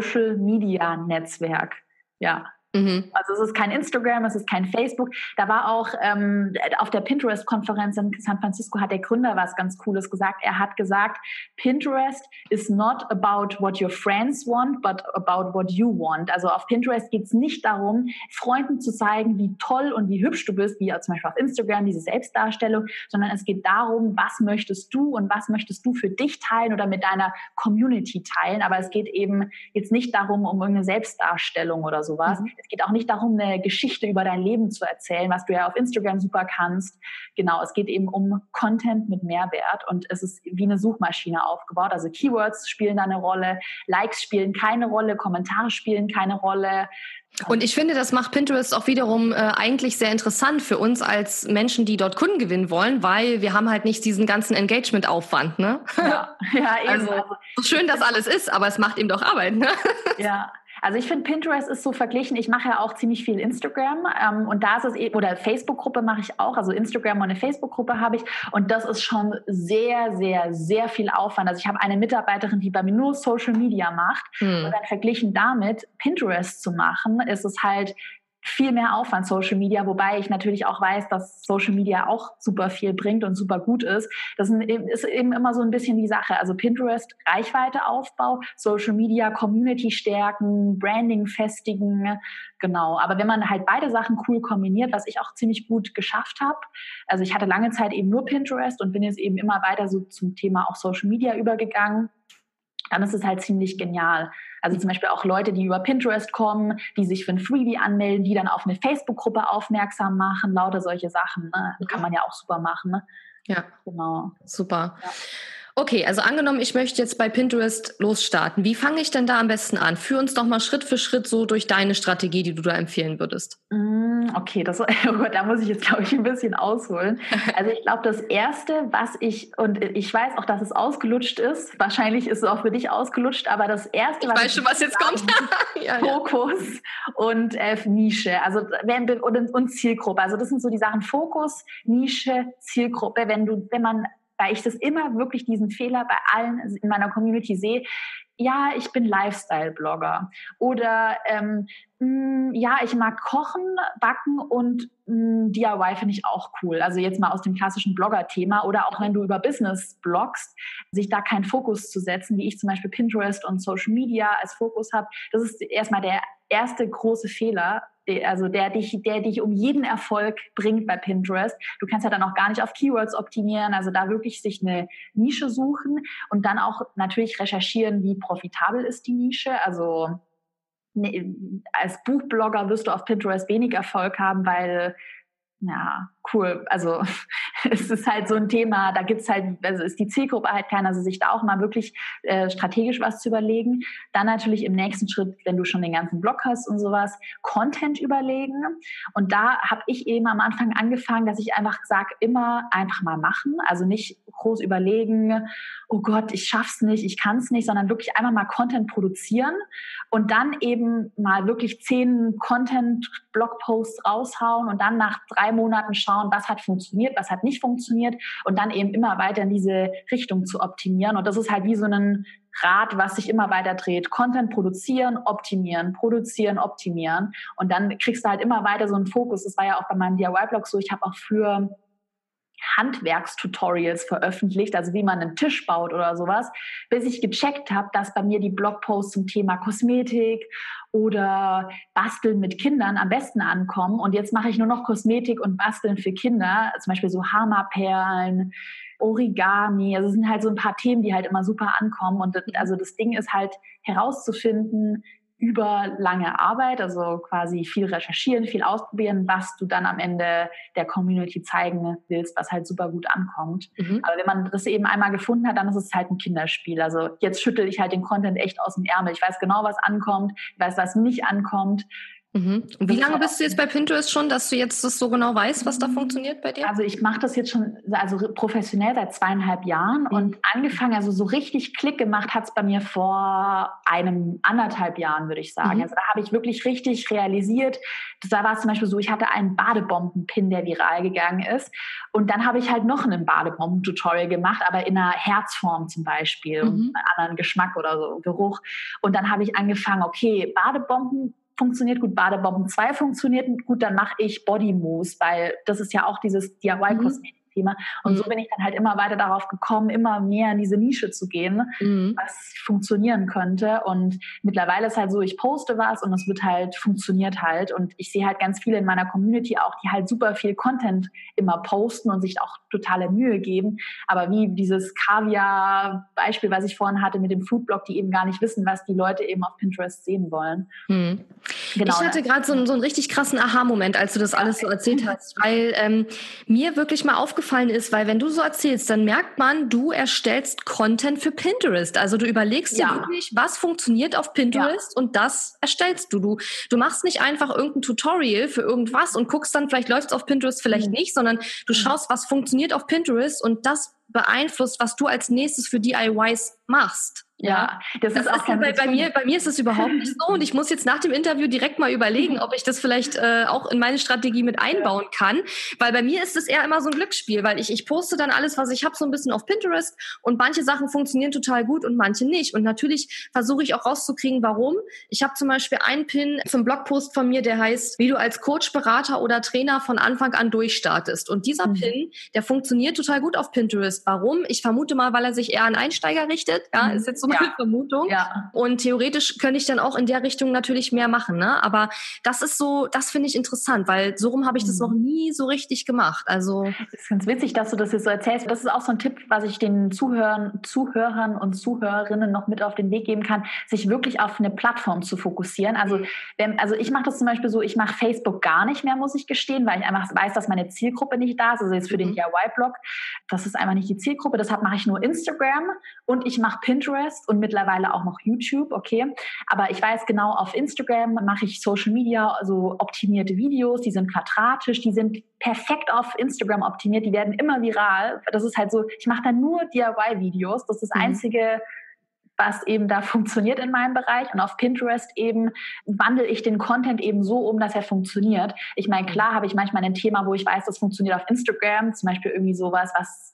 Social-Media-Netzwerk. Ja. Mhm. Also es ist kein Instagram, es ist kein Facebook. Da war auch ähm, auf der Pinterest-Konferenz in San Francisco hat der Gründer was ganz Cooles gesagt. Er hat gesagt, Pinterest is not about what your friends want, but about what you want. Also auf Pinterest geht es nicht darum, Freunden zu zeigen, wie toll und wie hübsch du bist, wie zum Beispiel auf Instagram, diese Selbstdarstellung, sondern es geht darum, was möchtest du und was möchtest du für dich teilen oder mit deiner Community teilen. Aber es geht eben jetzt nicht darum, um irgendeine Selbstdarstellung oder sowas. Mhm. Es geht auch nicht darum, eine Geschichte über dein Leben zu erzählen, was du ja auf Instagram super kannst. Genau, es geht eben um Content mit Mehrwert und es ist wie eine Suchmaschine aufgebaut. Also Keywords spielen da eine Rolle, Likes spielen keine Rolle, Kommentare spielen keine Rolle. Und ich finde, das macht Pinterest auch wiederum äh, eigentlich sehr interessant für uns als Menschen, die dort Kunden gewinnen wollen, weil wir haben halt nicht diesen ganzen Engagement-Aufwand, ne? Ja, ja eben. Also, so schön das alles ist, aber es macht eben doch Arbeit, ne? Ja. Also ich finde, Pinterest ist so verglichen, ich mache ja auch ziemlich viel Instagram ähm, und da ist es eben, oder Facebook-Gruppe mache ich auch, also Instagram und eine Facebook-Gruppe habe ich und das ist schon sehr, sehr, sehr viel Aufwand. Also ich habe eine Mitarbeiterin, die bei mir nur Social Media macht hm. und dann verglichen damit Pinterest zu machen, ist es halt viel mehr Aufwand, Social Media, wobei ich natürlich auch weiß, dass Social Media auch super viel bringt und super gut ist. Das ist eben immer so ein bisschen die Sache. Also Pinterest, Reichweite Aufbau, Social Media, Community stärken, Branding festigen, genau. Aber wenn man halt beide Sachen cool kombiniert, was ich auch ziemlich gut geschafft habe, also ich hatte lange Zeit eben nur Pinterest und bin jetzt eben immer weiter so zum Thema auch Social Media übergegangen, dann ist es halt ziemlich genial. Also zum Beispiel auch Leute, die über Pinterest kommen, die sich für ein Freebie anmelden, die dann auf eine Facebook-Gruppe aufmerksam machen, lauter solche Sachen. Ne? Kann man ja auch super machen. Ne? Ja, genau. Super. Ja. Okay, also angenommen, ich möchte jetzt bei Pinterest losstarten. Wie fange ich denn da am besten an? Führ uns doch mal Schritt für Schritt so durch deine Strategie, die du da empfehlen würdest. Okay, das, da muss ich jetzt, glaube ich, ein bisschen ausholen. Also ich glaube, das Erste, was ich, und ich weiß auch, dass es ausgelutscht ist, wahrscheinlich ist es auch für dich ausgelutscht, aber das Erste, ich was weiß ich schon, was jetzt kommt. ja, Fokus ja. und äh, Nische, also und, und Zielgruppe. Also das sind so die Sachen Fokus, Nische, Zielgruppe. Wenn du, wenn man weil ich das immer wirklich diesen Fehler bei allen in meiner Community sehe. Ja, ich bin Lifestyle-Blogger oder ähm, mh, ja, ich mag kochen, backen und mh, D I Y finde ich auch cool. Also jetzt mal aus dem klassischen Blogger-Thema oder auch wenn du über Business bloggst, sich da keinen Fokus zu setzen, wie ich zum Beispiel Pinterest und Social Media als Fokus habe. Das ist erstmal der erste große Fehler, also der dich, der dich um jeden Erfolg bringt bei Pinterest. Du kannst ja dann auch gar nicht auf Keywords optimieren, also da wirklich sich eine Nische suchen und dann auch natürlich recherchieren, wie profitabel ist die Nische. Also ne, als Buchblogger wirst du auf Pinterest wenig Erfolg haben, weil ja, cool. Also es ist halt so ein Thema, da gibt's halt, also ist die Zielgruppe halt klein, also sich da auch mal wirklich äh, strategisch was zu überlegen. Dann natürlich im nächsten Schritt, wenn du schon den ganzen Blog hast und sowas, Content überlegen. Und da habe ich eben am Anfang angefangen, dass ich einfach sage, immer einfach mal machen. Also nicht groß überlegen, oh Gott, ich schaff's nicht, ich kann's nicht, sondern wirklich einmal mal Content produzieren und dann eben mal wirklich zehn Content-Blogposts raushauen und dann nach drei Monaten schauen, was hat funktioniert, was hat nicht funktioniert und dann eben immer weiter in diese Richtung zu optimieren. Und das ist halt wie so ein Rad, was sich immer weiter dreht. Content produzieren, optimieren, produzieren, optimieren. Und dann kriegst du halt immer weiter so einen Fokus. Das war ja auch bei meinem D I Y-Blog so. Ich habe auch für Handwerkstutorials veröffentlicht, also wie man einen Tisch baut oder sowas, bis ich gecheckt habe, dass bei mir die Blogposts zum Thema Kosmetik oder Basteln mit Kindern am besten ankommen. Und jetzt mache ich nur noch Kosmetik und Basteln für Kinder, zum Beispiel so Hama-Perlen, Origami. Also es sind halt so ein paar Themen, die halt immer super ankommen. Und das, also das Ding ist halt herauszufinden, über lange Arbeit, also quasi viel recherchieren, viel ausprobieren, was du dann am Ende der Community zeigen willst, was halt super gut ankommt. Mhm. Aber wenn man das eben einmal gefunden hat, dann ist es halt ein Kinderspiel. Also jetzt schüttel ich halt den Content echt aus dem Ärmel. Ich weiß genau, was ankommt, ich weiß, was nicht ankommt. Mhm. Und wie lange bist du jetzt bei Pinterest schon, dass du jetzt das so genau weißt, was da funktioniert bei dir? Also ich mache das jetzt schon also professionell seit zweieinhalb Jahren mhm. und angefangen, also so richtig Klick gemacht hat es bei mir vor einem anderthalb Jahren, würde ich sagen. Mhm. Also da habe ich wirklich richtig realisiert, da war es zum Beispiel so, ich hatte einen Badebomben-Pin, der viral gegangen ist und dann habe ich halt noch einen Badebomben-Tutorial gemacht, aber in einer Herzform zum Beispiel mhm. und einen anderen Geschmack oder so, Geruch. Und dann habe ich angefangen, okay, Badebomben funktioniert gut, Badebomben zwei funktioniert gut, dann mache ich Body Mousse, weil das ist ja auch dieses D I Y-Kosmetik-Thema. Und mhm. so bin ich dann halt immer weiter darauf gekommen, immer mehr in diese Nische zu gehen, mhm. was funktionieren könnte. Und mittlerweile ist halt so, ich poste was und es wird halt, funktioniert halt. Und ich sehe halt ganz viele in meiner Community auch, die halt super viel Content immer posten und sich auch totale Mühe geben. Aber wie dieses Kaviar-Beispiel, was ich vorhin hatte mit dem Foodblog, die eben gar nicht wissen, was die Leute eben auf Pinterest sehen wollen. Mhm. Genau, ich hatte gerade so, einen, so einen richtig krassen Aha-Moment, als du das alles so erzählt hast, weil ähm, mir wirklich mal aufgefallen ist, weil wenn du so erzählst, dann merkt man, du erstellst Content für Pinterest. Also du überlegst ja. dir wirklich, was funktioniert auf Pinterest ja. und das erstellst du. du. Du machst nicht einfach irgendein Tutorial für irgendwas und guckst dann, vielleicht läuft es auf Pinterest, vielleicht mhm. nicht, sondern du schaust, was funktioniert auf Pinterest und das beeinflusst, was du als nächstes für D I Ys machst. Ja, das, das ist auch ist bei, bei mir. Bei mir ist es überhaupt nicht so und ich muss jetzt nach dem Interview direkt mal überlegen, ob ich das vielleicht äh, auch in meine Strategie mit einbauen kann, weil bei mir ist es eher immer so ein Glücksspiel, weil ich ich poste dann alles, was ich habe, so ein bisschen auf Pinterest und manche Sachen funktionieren total gut und manche nicht und natürlich versuche ich auch rauszukriegen, warum. Ich habe zum Beispiel einen Pin zum Blogpost von mir, der heißt, wie du als Coach, Berater oder Trainer von Anfang an durchstartest und dieser mhm. Pin, der funktioniert total gut auf Pinterest. Warum? Ich vermute mal, weil er sich eher an Einsteiger richtet. Ja, mhm. ist jetzt so meine ja. Vermutung. Ja. Und theoretisch könnte ich dann auch in der Richtung natürlich mehr machen. Ne? Aber das ist so, das finde ich interessant, weil so rum habe ich mhm. das noch nie so richtig gemacht. Also das ist ganz witzig, dass du das jetzt so erzählst. Das ist auch so ein Tipp, was ich den Zuhörern, Zuhörern und Zuhörerinnen noch mit auf den Weg geben kann, sich wirklich auf eine Plattform zu fokussieren. Also, wenn, also ich mache das zum Beispiel so, ich mache Facebook gar nicht mehr, muss ich gestehen, weil ich einfach weiß, dass meine Zielgruppe nicht da ist. Also jetzt für den D I Y-Blog, das ist einfach nicht die Zielgruppe. Deshalb mache ich nur Instagram und ich mache Pinterest und mittlerweile auch noch YouTube, okay. Aber ich weiß genau, auf Instagram mache ich Social Media, also optimierte Videos, die sind quadratisch, die sind perfekt auf Instagram optimiert, die werden immer viral. Das ist halt so, ich mache da nur D I Y-Videos, das ist das mhm. einzige, was eben da funktioniert in meinem Bereich. Und auf Pinterest eben wandle ich den Content eben so um, dass er funktioniert. Ich meine, klar habe ich manchmal ein Thema, wo ich weiß, das funktioniert auf Instagram, zum Beispiel irgendwie sowas, was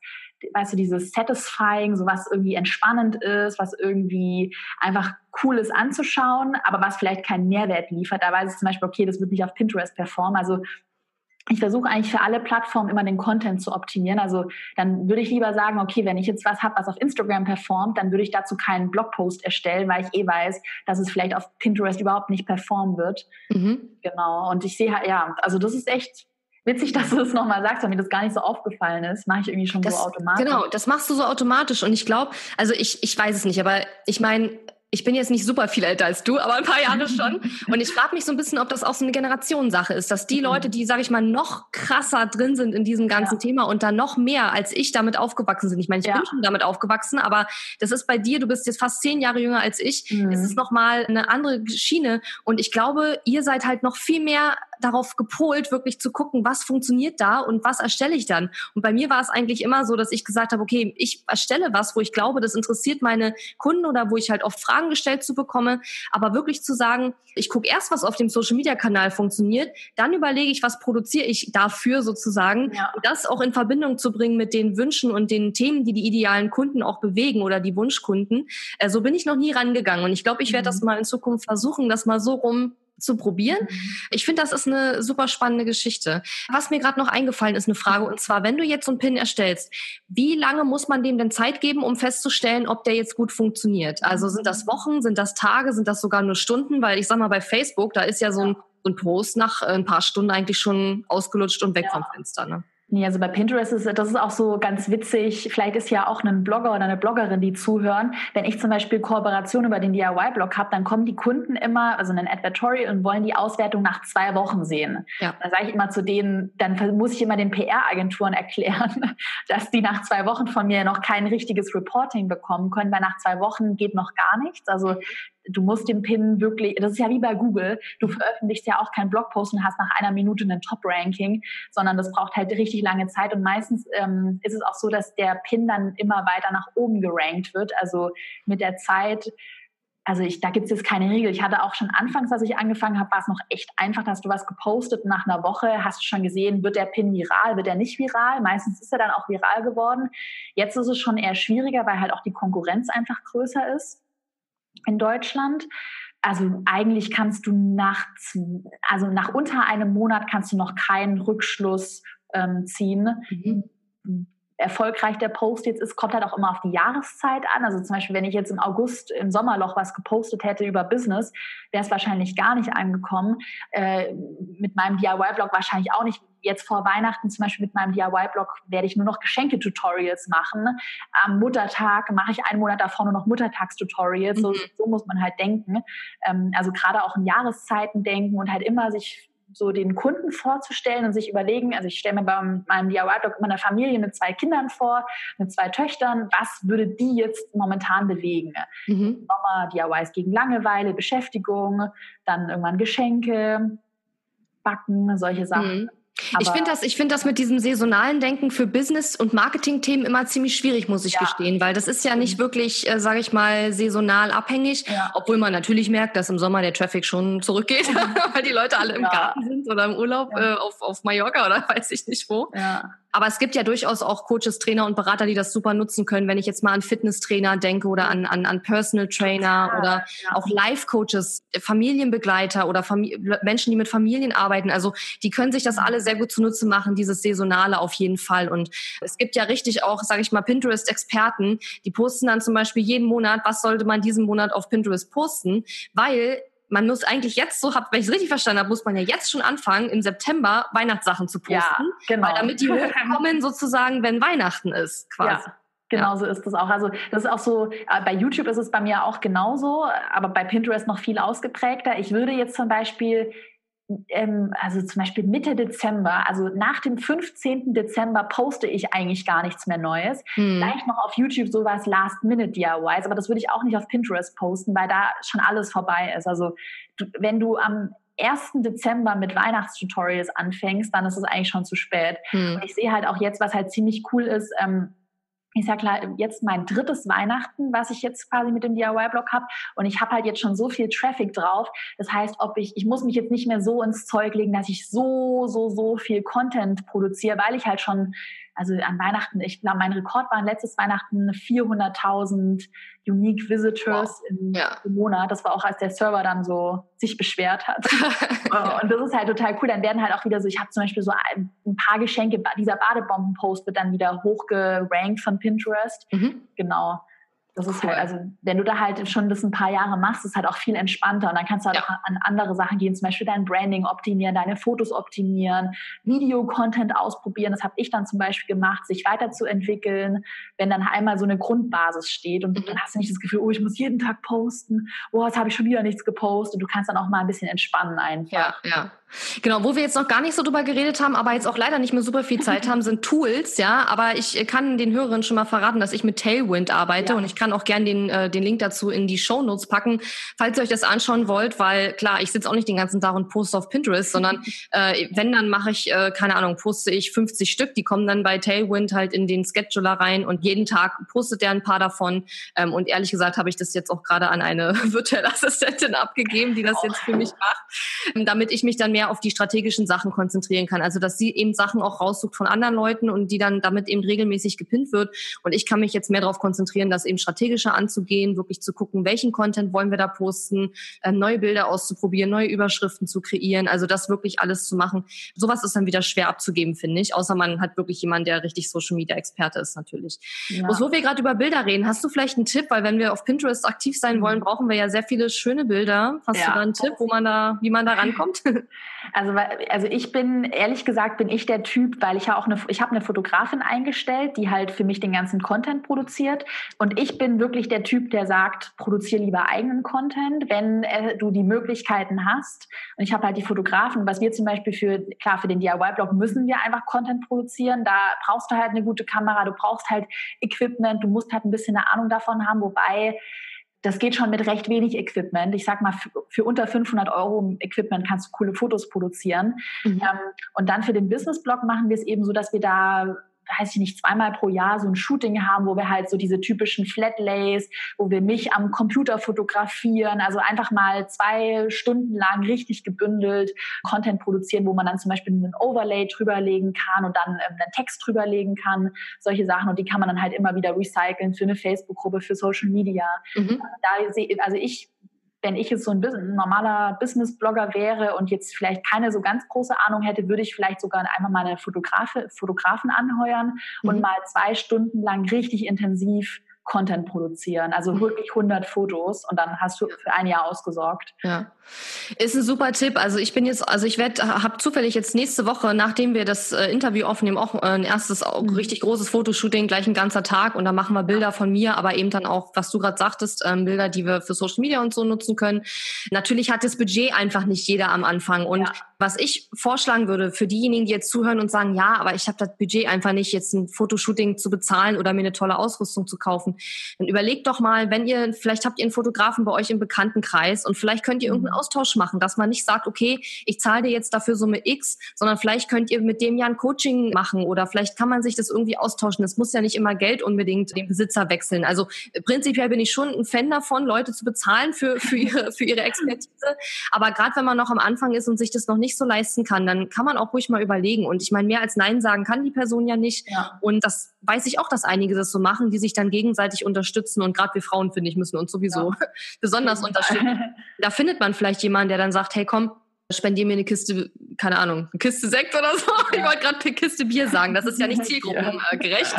weißt du, dieses Satisfying, so was irgendwie entspannend ist, was irgendwie einfach cool ist anzuschauen, aber was vielleicht keinen Mehrwert liefert. Da weiß ich zum Beispiel, okay, das wird nicht auf Pinterest performen. Also ich versuche eigentlich für alle Plattformen immer den Content zu optimieren. Also dann würde ich lieber sagen, okay, wenn ich jetzt was habe, was auf Instagram performt, dann würde ich dazu keinen Blogpost erstellen, weil ich eh weiß, dass es vielleicht auf Pinterest überhaupt nicht performen wird. Mhm. Genau. Und ich sehe halt, ja, also das ist echt witzig, dass du das nochmal sagst, weil mir das gar nicht so aufgefallen ist. Mache ich irgendwie schon das, so automatisch. Genau, das machst du so automatisch. Und ich glaube, also ich, ich weiß es nicht, aber ich meine, ich bin jetzt nicht super viel älter als du, aber ein paar Jahre schon. Und ich frage mich so ein bisschen, ob das auch so eine Generationssache ist, dass die Leute, die, sage ich mal, noch krasser drin sind in diesem ganzen ja. Thema und da noch mehr als ich damit aufgewachsen sind. Ich meine, ich ja. bin schon damit aufgewachsen, aber das ist bei dir, du bist jetzt fast zehn Jahre jünger als ich. Mhm. Es ist nochmal eine andere Schiene. Und ich glaube, ihr seid halt noch viel mehr darauf gepolt, wirklich zu gucken, was funktioniert da und was erstelle ich dann. Und bei mir war es eigentlich immer so, dass ich gesagt habe, okay, ich erstelle was, wo ich glaube, das interessiert meine Kunden oder wo ich halt oft Fragen gestellt zu bekomme, aber wirklich zu sagen, ich gucke erst, was auf dem Social-Media-Kanal funktioniert, dann überlege ich, was produziere ich dafür sozusagen, ja. und das auch in Verbindung zu bringen mit den Wünschen und den Themen, die die idealen Kunden auch bewegen oder die Wunschkunden. Äh, so bin ich noch nie rangegangen und ich glaube, ich werde mhm. das mal in Zukunft versuchen, das mal so rum zu probieren. Ich finde, das ist eine super spannende Geschichte. Was mir gerade noch eingefallen ist, eine Frage, und zwar, wenn du jetzt so einen Pin erstellst, wie lange muss man dem denn Zeit geben, um festzustellen, ob der jetzt gut funktioniert? Also sind das Wochen, sind das Tage, sind das sogar nur Stunden? Weil ich sag mal, bei Facebook, da ist ja so ein, so ein Post nach ein paar Stunden eigentlich schon ausgelutscht und weg ja. vom Fenster, ne? Nee, also bei Pinterest ist das ist auch so ganz witzig. Vielleicht ist ja auch ein Blogger oder eine Bloggerin, die zuhören. Wenn ich zum Beispiel Kooperation über den D I Y-Blog habe, dann kommen die Kunden immer, also ein Advertorial, und wollen die Auswertung nach zwei Wochen sehen. Ja. Dann sage ich immer zu denen, dann muss ich immer den P R-Agenturen erklären, dass die nach zwei Wochen von mir noch kein richtiges Reporting bekommen können, weil nach zwei Wochen geht noch gar nichts. Also du musst den Pin wirklich, das ist ja wie bei Google, du veröffentlichst ja auch keinen Blogpost und hast nach einer Minute einen Top-Ranking, sondern das braucht halt richtig lange Zeit und meistens ähm, ist es auch so, dass der Pin dann immer weiter nach oben gerankt wird, also mit der Zeit. Also ich, da gibt es jetzt keine Regel. Ich hatte auch schon anfangs, als ich angefangen habe, war es noch echt einfach, dass du was gepostet und nach einer Woche hast du schon gesehen, wird der Pin viral, wird er nicht viral. Meistens ist er dann auch viral geworden. Jetzt ist es schon eher schwieriger, weil halt auch die Konkurrenz einfach größer ist in Deutschland. Also eigentlich kannst du nach, also nach unter einem Monat kannst du noch keinen Rückschluss ähm, ziehen. Mhm. Erfolgreich der Post jetzt ist, kommt halt auch immer auf die Jahreszeit an. Also zum Beispiel, wenn ich jetzt im August im Sommerloch was gepostet hätte über Business, wäre es wahrscheinlich gar nicht angekommen. Äh, mit meinem D I Y-Blog wahrscheinlich auch nicht. Jetzt vor Weihnachten zum Beispiel mit meinem D I Y-Blog werde ich nur noch Geschenke-Tutorials machen. Am Muttertag mache ich einen Monat davor nur noch Muttertags-Tutorials. Mhm. So, so muss man halt denken. Ähm, also gerade auch in Jahreszeiten denken und halt immer sich so den Kunden vorzustellen und sich überlegen, also ich stelle mir bei meinem D I Y-Blog immer eine Familie mit zwei Kindern vor, mit zwei Töchtern, was würde die jetzt momentan bewegen? Mhm. Sommer D I Ys gegen Langeweile, Beschäftigung, dann irgendwann Geschenke, Backen, solche Sachen. Mhm. Aber ich finde das, ich finde das mit diesem saisonalen Denken für Business- und Marketing-Themen immer ziemlich schwierig, muss ich ja. gestehen, weil das ist ja nicht wirklich, äh, sage ich mal, saisonal abhängig, ja. obwohl man natürlich merkt, dass im Sommer der Traffic schon zurückgeht, weil die Leute alle im ja. Garten sind oder im Urlaub ja. äh, auf, auf Mallorca oder weiß ich nicht wo. Ja. Aber es gibt ja durchaus auch Coaches, Trainer und Berater, die das super nutzen können, wenn ich jetzt mal an Fitnesstrainer denke oder an, an, an Personal Trainer ja, oder ja. auch Life-Coaches, Familienbegleiter oder Famili- Menschen, die mit Familien arbeiten. Also die können sich das alle sehr gut zunutze machen, dieses Saisonale auf jeden Fall. Und es gibt ja richtig auch, sage ich mal, Pinterest-Experten, die posten dann zum Beispiel jeden Monat, was sollte man diesen Monat auf Pinterest posten, weil man muss eigentlich jetzt, so hab, wenn ich es richtig verstanden habe, muss man ja jetzt schon anfangen, im September Weihnachtssachen zu posten. Ja, genau. Weil damit die hochkommen sozusagen, wenn Weihnachten ist, quasi. Ja. Genau ja. so ist das auch. Also das ist auch so, bei YouTube ist es bei mir auch genauso, aber bei Pinterest noch viel ausgeprägter. Ich würde jetzt zum Beispiel, ähm, also zum Beispiel Mitte Dezember, also nach dem fünfzehnten Dezember poste ich eigentlich gar nichts mehr Neues. Hm. Vielleicht noch auf YouTube sowas Last-Minute-D I Ys, aber das würde ich auch nicht auf Pinterest posten, weil da schon alles vorbei ist. Also du, wenn du am ersten Dezember mit Weihnachtstutorials anfängst, dann ist es eigentlich schon zu spät. Hm. Und ich sehe halt auch jetzt, was halt ziemlich cool ist, ähm, ist ja klar, jetzt mein drittes Weihnachten, was ich jetzt quasi mit dem D I Y-Blog habe. Und ich habe halt jetzt schon so viel Traffic drauf. Das heißt, ob ich, ich muss mich jetzt nicht mehr so ins Zeug legen, dass ich so, so, so viel Content produziere, weil ich halt schon also an Weihnachten, ich glaube, mein Rekord waren letztes Weihnachten vierhunderttausend Unique Visitors wow. im, ja. im Monat. Das war auch, als der Server dann so sich beschwert hat. Und das ist halt total cool. Dann werden halt auch wieder so, ich habe zum Beispiel so ein, ein paar Geschenke, dieser Badebomben-Post wird dann wieder hochgerankt von Pinterest. Mhm. Genau. Das ist cool. Halt, also wenn du da halt schon das ein paar Jahre machst, ist es halt auch viel entspannter und dann kannst du halt ja. auch an andere Sachen gehen, zum Beispiel dein Branding optimieren, deine Fotos optimieren, Video-Content ausprobieren. Das habe ich dann zum Beispiel gemacht, sich weiterzuentwickeln, wenn dann einmal so eine Grundbasis steht und mhm. dann hast du nicht das Gefühl, oh, ich muss jeden Tag posten, oh, jetzt habe ich schon wieder nichts gepostet. Du kannst dann auch mal ein bisschen entspannen einfach. Ja, ja. Genau, wo wir jetzt noch gar nicht so drüber geredet haben, aber jetzt auch leider nicht mehr super viel Zeit haben, sind Tools, ja. Aber ich kann den Hörerinnen schon mal verraten, dass ich mit Tailwind arbeite ja. und ich kann auch gerne den, äh, den Link dazu in die Shownotes packen, falls ihr euch das anschauen wollt, weil klar, ich sitze auch nicht den ganzen Tag und poste auf Pinterest, sondern äh, wenn, dann mache ich, äh, keine Ahnung, poste ich fünfzig Stück, die kommen dann bei Tailwind halt in den Scheduler rein und jeden Tag postet der ein paar davon. Ähm, und ehrlich gesagt habe ich das jetzt auch gerade an eine virtuelle Assistentin abgegeben, die das jetzt für mich macht, damit ich mich dann mehr auf die strategischen Sachen konzentrieren kann. Also, dass sie eben Sachen auch raussucht von anderen Leuten und die dann damit eben regelmäßig gepinnt wird. Und ich kann mich jetzt mehr darauf konzentrieren, das eben strategischer anzugehen, wirklich zu gucken, welchen Content wollen wir da posten, äh, neue Bilder auszuprobieren, neue Überschriften zu kreieren. Also, das wirklich alles zu machen. Sowas ist dann wieder schwer abzugeben, finde ich. Außer man hat wirklich jemanden, der richtig Social-Media-Experte ist, natürlich. Ja. Und wo wir gerade über Bilder reden, hast du vielleicht einen Tipp? Weil wenn wir auf Pinterest aktiv sein wollen, brauchen wir ja sehr viele schöne Bilder. Hast ja. du da einen Tipp, wo man da, wie man da rankommt? Also, also ich bin, ehrlich gesagt, bin ich der Typ, weil ich ja auch eine, ich habe eine Fotografin eingestellt, die halt für mich den ganzen Content produziert. Und ich bin wirklich der Typ, der sagt, produziere lieber eigenen Content, wenn äh, du die Möglichkeiten hast. Und ich habe halt die Fotografen, was wir zum Beispiel für, klar, für den D I Y-Blog müssen wir einfach Content produzieren. Da brauchst du halt eine gute Kamera, du brauchst halt Equipment, du musst halt ein bisschen eine Ahnung davon haben, wobei das geht schon mit recht wenig Equipment. Ich sag mal, für, für unter fünfhundert Euro Equipment kannst du coole Fotos produzieren. Mhm. Ähm, und dann für den Business-Blog machen wir es eben so, dass wir da, weiß ich nicht, zweimal pro Jahr so ein Shooting haben, wo wir halt so diese typischen Flatlays, wo wir mich am Computer fotografieren, also einfach mal zwei Stunden lang richtig gebündelt Content produzieren, wo man dann zum Beispiel einen Overlay drüberlegen kann und dann ähm, einen Text drüberlegen kann, solche Sachen, und die kann man dann halt immer wieder recyceln für eine Facebook-Gruppe, für Social Media. Mhm. Da sehe, also ich Wenn ich jetzt so ein, ein normaler Business-Blogger wäre und jetzt vielleicht keine so ganz große Ahnung hätte, würde ich vielleicht sogar einmal mal eine Fotografe, Fotografen anheuern mhm. und mal zwei Stunden lang richtig intensiv Content produzieren. Also wirklich hundert Fotos und dann hast du für ein Jahr ausgesorgt. Ja. Ist ein super Tipp. Also ich bin jetzt, also ich werde, habe zufällig jetzt nächste Woche, nachdem wir das äh, Interview aufnehmen, auch äh, ein erstes auch mhm. richtig großes Fotoshooting, gleich ein ganzer Tag, und da machen wir Bilder von mir, aber eben dann auch, was du gerade sagtest, ähm, Bilder, die wir für Social Media und so nutzen können. Natürlich hat das Budget einfach nicht jeder am Anfang, und ja. was ich vorschlagen würde für diejenigen, die jetzt zuhören und sagen, ja, aber ich habe das Budget einfach nicht, jetzt ein Fotoshooting zu bezahlen oder mir eine tolle Ausrüstung zu kaufen, dann überlegt doch mal, wenn ihr, vielleicht habt ihr einen Fotografen bei euch im Bekanntenkreis und vielleicht könnt ihr irgendeinen Austausch machen, dass man nicht sagt, okay, ich zahle dir jetzt dafür Summe X, sondern vielleicht könnt ihr mit dem ja ein Coaching machen oder vielleicht kann man sich das irgendwie austauschen. Es muss ja nicht immer Geld unbedingt den Besitzer wechseln. Also prinzipiell bin ich schon ein Fan davon, Leute zu bezahlen für, für, ihre, für ihre Expertise. Aber gerade wenn man noch am Anfang ist und sich das noch nicht so leisten kann, dann kann man auch ruhig mal überlegen. Und ich meine, mehr als Nein sagen kann die Person ja nicht. Ja. Und das weiß ich auch, dass einige das so machen, die sich dann gegenseitig unterstützen. Und gerade wir Frauen, finde ich, müssen uns sowieso ja. besonders unterstützen. Da findet man vielleicht jemanden, der dann sagt, hey komm, spendier mir eine Kiste, keine Ahnung, eine Kiste Sekt oder so. Ich wollte gerade eine Kiste Bier sagen. Das ist ja nicht zielgruppengerecht.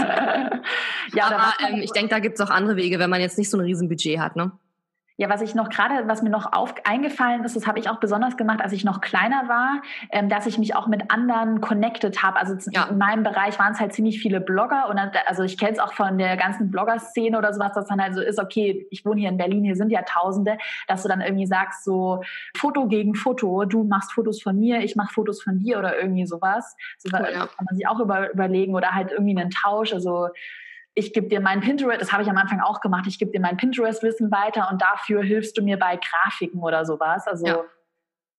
Ja, aber ähm, ich denke, da gibt es auch andere Wege, wenn man jetzt nicht so ein Riesenbudget hat, ne? Ja, was ich noch gerade, was mir noch auf, eingefallen ist, das habe ich auch besonders gemacht, als ich noch kleiner war, ähm, dass ich mich auch mit anderen connected habe. Also ja. in meinem Bereich waren es halt ziemlich viele Blogger und dann, also ich kenne es auch von der ganzen Blogger-Szene oder sowas, dass dann halt so ist, okay, ich wohne hier in Berlin, hier sind ja Tausende, dass du dann irgendwie sagst so Foto gegen Foto, du machst Fotos von mir, ich mache Fotos von dir oder irgendwie sowas. So cool, ja. kann man sich auch über, überlegen oder halt irgendwie einen Tausch, also ich gebe dir mein Pinterest, das habe ich am Anfang auch gemacht, ich gebe dir mein Pinterest-Wissen weiter und dafür hilfst du mir bei Grafiken oder sowas. Also ja.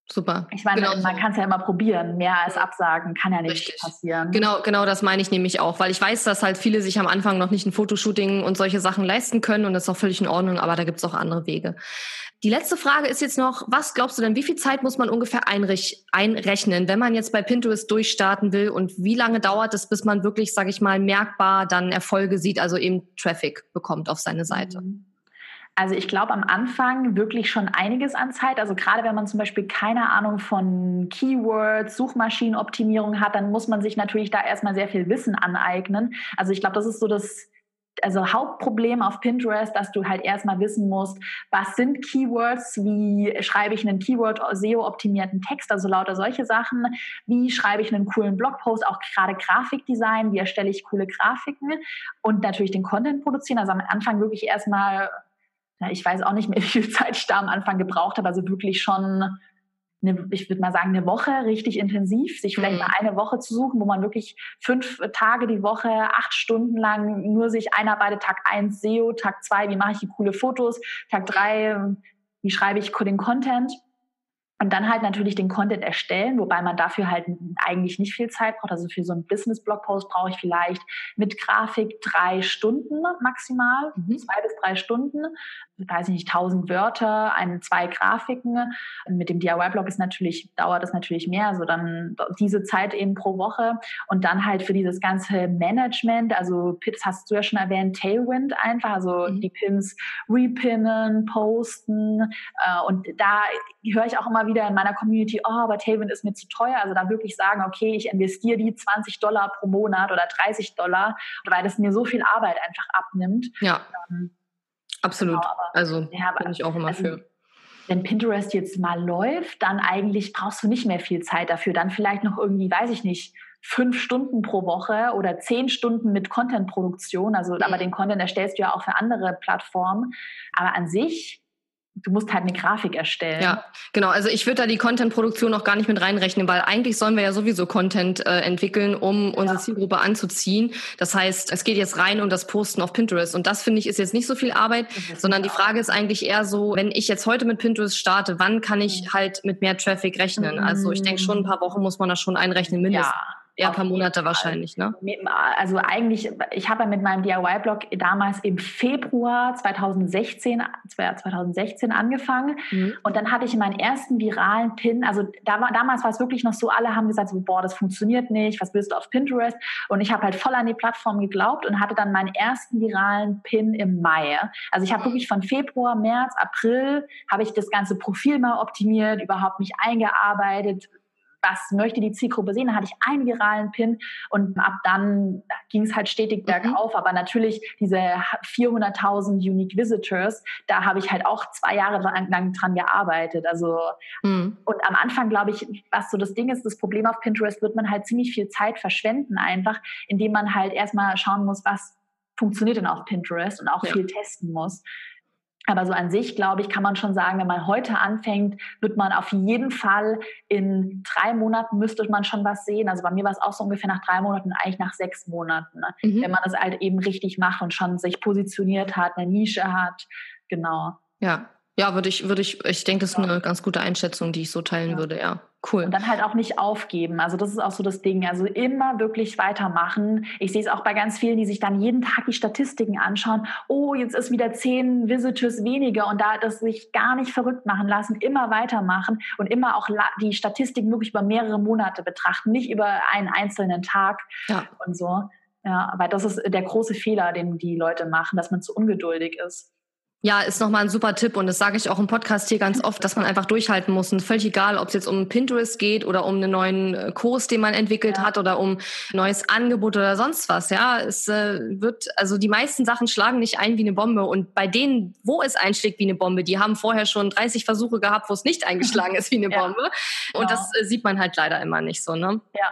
Super. Ich meine, genau, man kann es ja immer probieren. Mehr als absagen kann ja nicht Richtig. passieren. Genau, genau das meine ich nämlich auch, weil ich weiß, dass halt viele sich am Anfang noch nicht ein Fotoshooting und solche Sachen leisten können und das ist auch völlig in Ordnung, aber da gibt es auch andere Wege. Die letzte Frage ist jetzt noch, was glaubst du denn, wie viel Zeit muss man ungefähr einrech- einrechnen, wenn man jetzt bei Pinterest durchstarten will und wie lange dauert es, bis man wirklich, sage ich mal, merkbar dann Erfolge sieht, also eben Traffic bekommt auf seine Seite? Mhm. Also ich glaube am Anfang wirklich schon einiges an Zeit. Also gerade wenn man zum Beispiel keine Ahnung von Keywords, Suchmaschinenoptimierung hat, dann muss man sich natürlich da erstmal sehr viel Wissen aneignen. Also ich glaube, das ist so das also Hauptproblem auf Pinterest, dass du halt erstmal wissen musst, was sind Keywords, wie schreibe ich einen Keyword-S E O-optimierten Text, also lauter solche Sachen, wie schreibe ich einen coolen Blogpost, auch gerade Grafikdesign, wie erstelle ich coole Grafiken und natürlich den Content produzieren. Also am Anfang wirklich erstmal ich weiß auch nicht mehr, wie viel Zeit ich da am Anfang gebraucht habe, also wirklich schon, eine, ich würde mal sagen, eine Woche richtig intensiv, sich vielleicht mhm. mal eine Woche zu suchen, wo man wirklich fünf Tage die Woche, acht Stunden lang nur sich einarbeitet, Tag eins S E O, Tag zwei, wie mache ich die coole Fotos, Tag drei, wie schreibe ich den Content. Und dann halt natürlich den Content erstellen, wobei man dafür halt eigentlich nicht viel Zeit braucht. Also für so einen Business-Blogpost brauche ich vielleicht mit Grafik drei Stunden maximal, mhm. zwei bis drei Stunden. Ich weiß nicht, tausend Wörter, ein, zwei Grafiken. Und mit dem D I Y-Blog ist natürlich, dauert das natürlich mehr. Also dann diese Zeit eben pro Woche. Und dann halt für dieses ganze Management, also das hast du ja schon erwähnt, Tailwind einfach, also mhm. die Pins repinnen, posten. Und da höre ich auch immer wieder in meiner Community, oh, aber Tailwind ist mir zu teuer. Also da wirklich sagen, okay, ich investiere die zwanzig Dollar pro Monat oder dreißig Dollar, weil das mir so viel Arbeit einfach abnimmt. Ja, ähm, absolut. Genau, aber, also ja, bin ich auch immer also, für. Wenn Pinterest jetzt mal läuft, dann eigentlich brauchst du nicht mehr viel Zeit dafür. Dann vielleicht noch irgendwie, weiß ich nicht, fünf Stunden pro Woche oder zehn Stunden mit Content-Produktion. Also, mhm. aber den Content erstellst du ja auch für andere Plattformen. Aber an sich, du musst halt eine Grafik erstellen. Ja, genau. Also ich würde da die Content-Produktion noch gar nicht mit reinrechnen, weil eigentlich sollen wir ja sowieso Content äh, entwickeln, um unsere ja. Zielgruppe anzuziehen. Das heißt, es geht jetzt rein um das Posten auf Pinterest. Und das, finde ich, ist jetzt nicht so viel Arbeit, sondern die Frage ist eigentlich eher so, wenn ich jetzt heute mit Pinterest starte, wann kann ich mhm. halt mit mehr Traffic rechnen? Mhm. Also ich denke schon, ein paar Wochen muss man da schon einrechnen, mindestens. Ja. Eher ein paar Monate wahrscheinlich, ne? Also eigentlich, ich habe ja mit meinem D I Y-Blog damals im Februar zwanzig sechzehn, zwanzig sechzehn angefangen mhm. und dann hatte ich meinen ersten viralen Pin, also da war, damals war es wirklich noch so, alle haben gesagt, so, boah, das funktioniert nicht, was willst du auf Pinterest? Und ich habe halt voll an die Plattform geglaubt und hatte dann meinen ersten viralen Pin im Mai. Also ich habe wirklich von Februar, März, April habe ich das ganze Profil mal optimiert, überhaupt mich eingearbeitet, was möchte die Zielgruppe sehen? Da hatte ich einen viralen Pin und ab dann ging es halt stetig bergauf. Mhm. Aber natürlich diese vierhunderttausend Unique Visitors, da habe ich halt auch zwei Jahre lang dran gearbeitet. Also mhm. und am Anfang, glaube ich, was so das Ding ist, das Problem auf Pinterest, wird man halt ziemlich viel Zeit verschwenden einfach, indem man halt erstmal schauen muss, was funktioniert denn auf Pinterest und auch ja. viel testen muss. Aber so an sich, glaube ich, kann man schon sagen, wenn man heute anfängt, wird man auf jeden Fall in drei Monaten müsste man schon was sehen. Also bei mir war es auch so ungefähr nach drei Monaten, eigentlich nach sechs Monaten. Ne? Mhm. Wenn man das halt eben richtig macht und schon sich positioniert hat, eine Nische hat. Genau. Ja, ja, würde ich, würde ich, ich denke, das ist eine ganz gute Einschätzung, die ich so teilen ja. würde, ja. Cool. Und dann halt auch nicht aufgeben. Also das ist auch so das Ding. Also immer wirklich weitermachen. Ich sehe es auch bei ganz vielen, die sich dann jeden Tag die Statistiken anschauen. Oh, jetzt ist wieder zehn Visitors weniger und da das sich gar nicht verrückt machen lassen. Immer weitermachen und immer auch die Statistiken wirklich über mehrere Monate betrachten, nicht über einen einzelnen Tag ja. und so. Ja, aber das ist der große Fehler, den die Leute machen, dass man zu ungeduldig ist. Ja, ist nochmal ein super Tipp und das sage ich auch im Podcast hier ganz oft, dass man einfach durchhalten muss. Und völlig egal, ob es jetzt um Pinterest geht oder um einen neuen Kurs, den man entwickelt ja. hat oder um ein neues Angebot oder sonst was. Ja, es äh, wird, also die meisten Sachen schlagen nicht ein wie eine Bombe und bei denen, wo es einschlägt wie eine Bombe, die haben vorher schon dreißig Versuche gehabt, wo es nicht eingeschlagen ist wie eine Bombe. Ja. Und genau. das äh, sieht man halt leider immer nicht so, ne? Ja.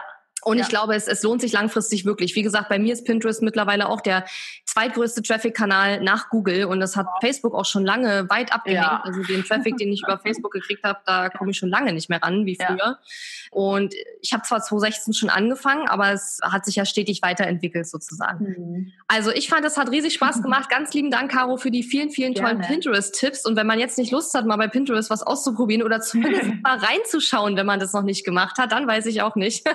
Und ja. ich glaube, es, es lohnt sich langfristig wirklich. Wie gesagt, bei mir ist Pinterest mittlerweile auch der zweitgrößte Traffic-Kanal nach Google und das hat Facebook auch schon lange weit abgehängt. Ja. Also den Traffic, den ich über Facebook gekriegt habe, da komme ich schon lange nicht mehr ran wie früher. Ja. Und ich habe zwar zwanzig sechzehn schon angefangen, aber es hat sich ja stetig weiterentwickelt sozusagen. Mhm. Also ich fand, das hat riesig Spaß gemacht. Ganz lieben Dank, Caro, für die vielen, vielen Gerne. tollen Pinterest-Tipps. Und wenn man jetzt nicht Lust hat, mal bei Pinterest was auszuprobieren oder zumindest mal reinzuschauen, wenn man das noch nicht gemacht hat, dann weiß ich auch nicht.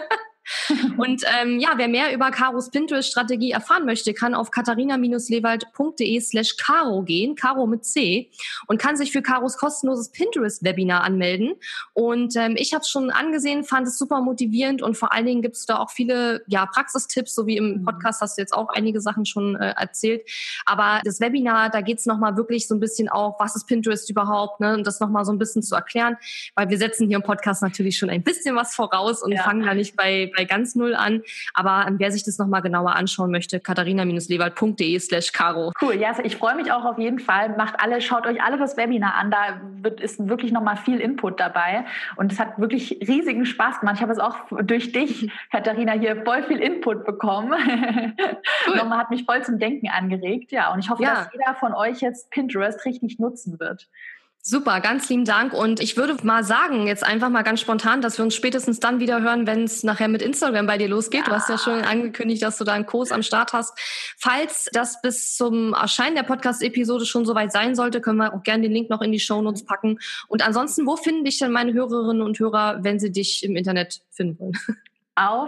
Und ähm, ja, wer mehr über Caros Pinterest-Strategie erfahren möchte, kann auf katharina-lewald.de slash Caro gehen, Caro mit C, und kann sich für Caros kostenloses Pinterest-Webinar anmelden. Und ähm, ich habe es schon angesehen, fand es super motivierend und vor allen Dingen gibt es da auch viele ja, Praxistipps, so wie im Podcast hast du jetzt auch einige Sachen schon äh, erzählt. Aber das Webinar, da geht es nochmal wirklich so ein bisschen auf, was ist Pinterest überhaupt, ne? Und das nochmal so ein bisschen zu erklären, weil wir setzen hier im Podcast natürlich schon ein bisschen was voraus und ja. fangen da nicht bei bei ganz null an. Aber ähm, wer sich das nochmal genauer anschauen möchte, katharina-lewald.de slash Caro. Cool, ja, also ich freue mich auch auf jeden Fall. Macht alle, schaut euch alle das Webinar an. Da wird, ist wirklich nochmal viel Input dabei. Und es hat wirklich riesigen Spaß gemacht. Ich habe es auch durch dich, Katharina, hier voll viel Input bekommen. Cool. Nochmal hat mich voll zum Denken angeregt. Ja, und ich hoffe, ja. dass jeder von euch jetzt Pinterest richtig nutzen wird. Super, ganz lieben Dank. Und ich würde mal sagen, jetzt einfach mal ganz spontan, dass wir uns spätestens dann wieder hören, wenn es nachher mit Instagram bei dir losgeht. Ja. Du hast ja schon angekündigt, dass du da einen Kurs am Start hast. Falls das bis zum Erscheinen der Podcast-Episode schon soweit sein sollte, können wir auch gerne den Link noch in die Shownotes packen. Und ansonsten, wo finden dich denn meine Hörerinnen und Hörer, wenn sie dich im Internet finden wollen? Auf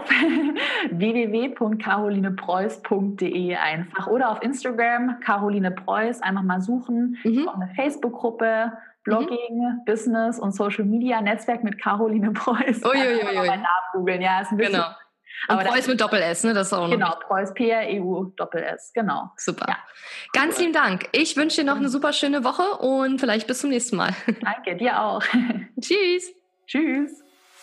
w w w punkt caroline preuß punkt de einfach oder auf Instagram Caroline Preuß einfach mal suchen. Mhm. Auch eine Facebook-Gruppe, Blogging, mhm. Business und Social Media Netzwerk mit Caroline Preuß. Uiuiui. Mal nachgoogeln, ja, ist ein bisschen. Genau. Und aber Preuß mit Doppel-S, ne? Das ist auch noch. Genau, Preuß, P R E U, Doppel-S, genau. Super. Ja. Ganz lieben Dank. Ich wünsche dir noch eine super schöne Woche und vielleicht bis zum nächsten Mal. Danke, dir auch. Tschüss. Tschüss.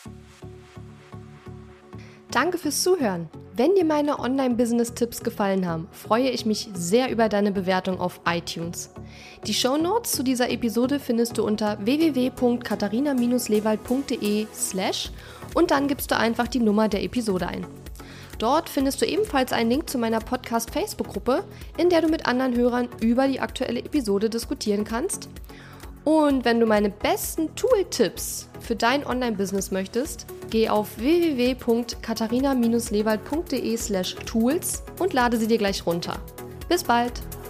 Danke fürs Zuhören. Wenn dir meine Online-Business-Tipps gefallen haben, freue ich mich sehr über deine Bewertung auf iTunes. Die Shownotes zu dieser Episode findest du unter w w w punkt katharina-lewald.de slash und dann gibst du einfach die Nummer der Episode ein. Dort findest du ebenfalls einen Link zu meiner Podcast-Facebook-Gruppe, in der du mit anderen Hörern über die aktuelle Episode diskutieren kannst. Und wenn du meine besten Tool-Tipps für dein Online-Business möchtest, geh auf w w w punkt katharina-lewald.de slash tools und lade sie dir gleich runter. Bis bald!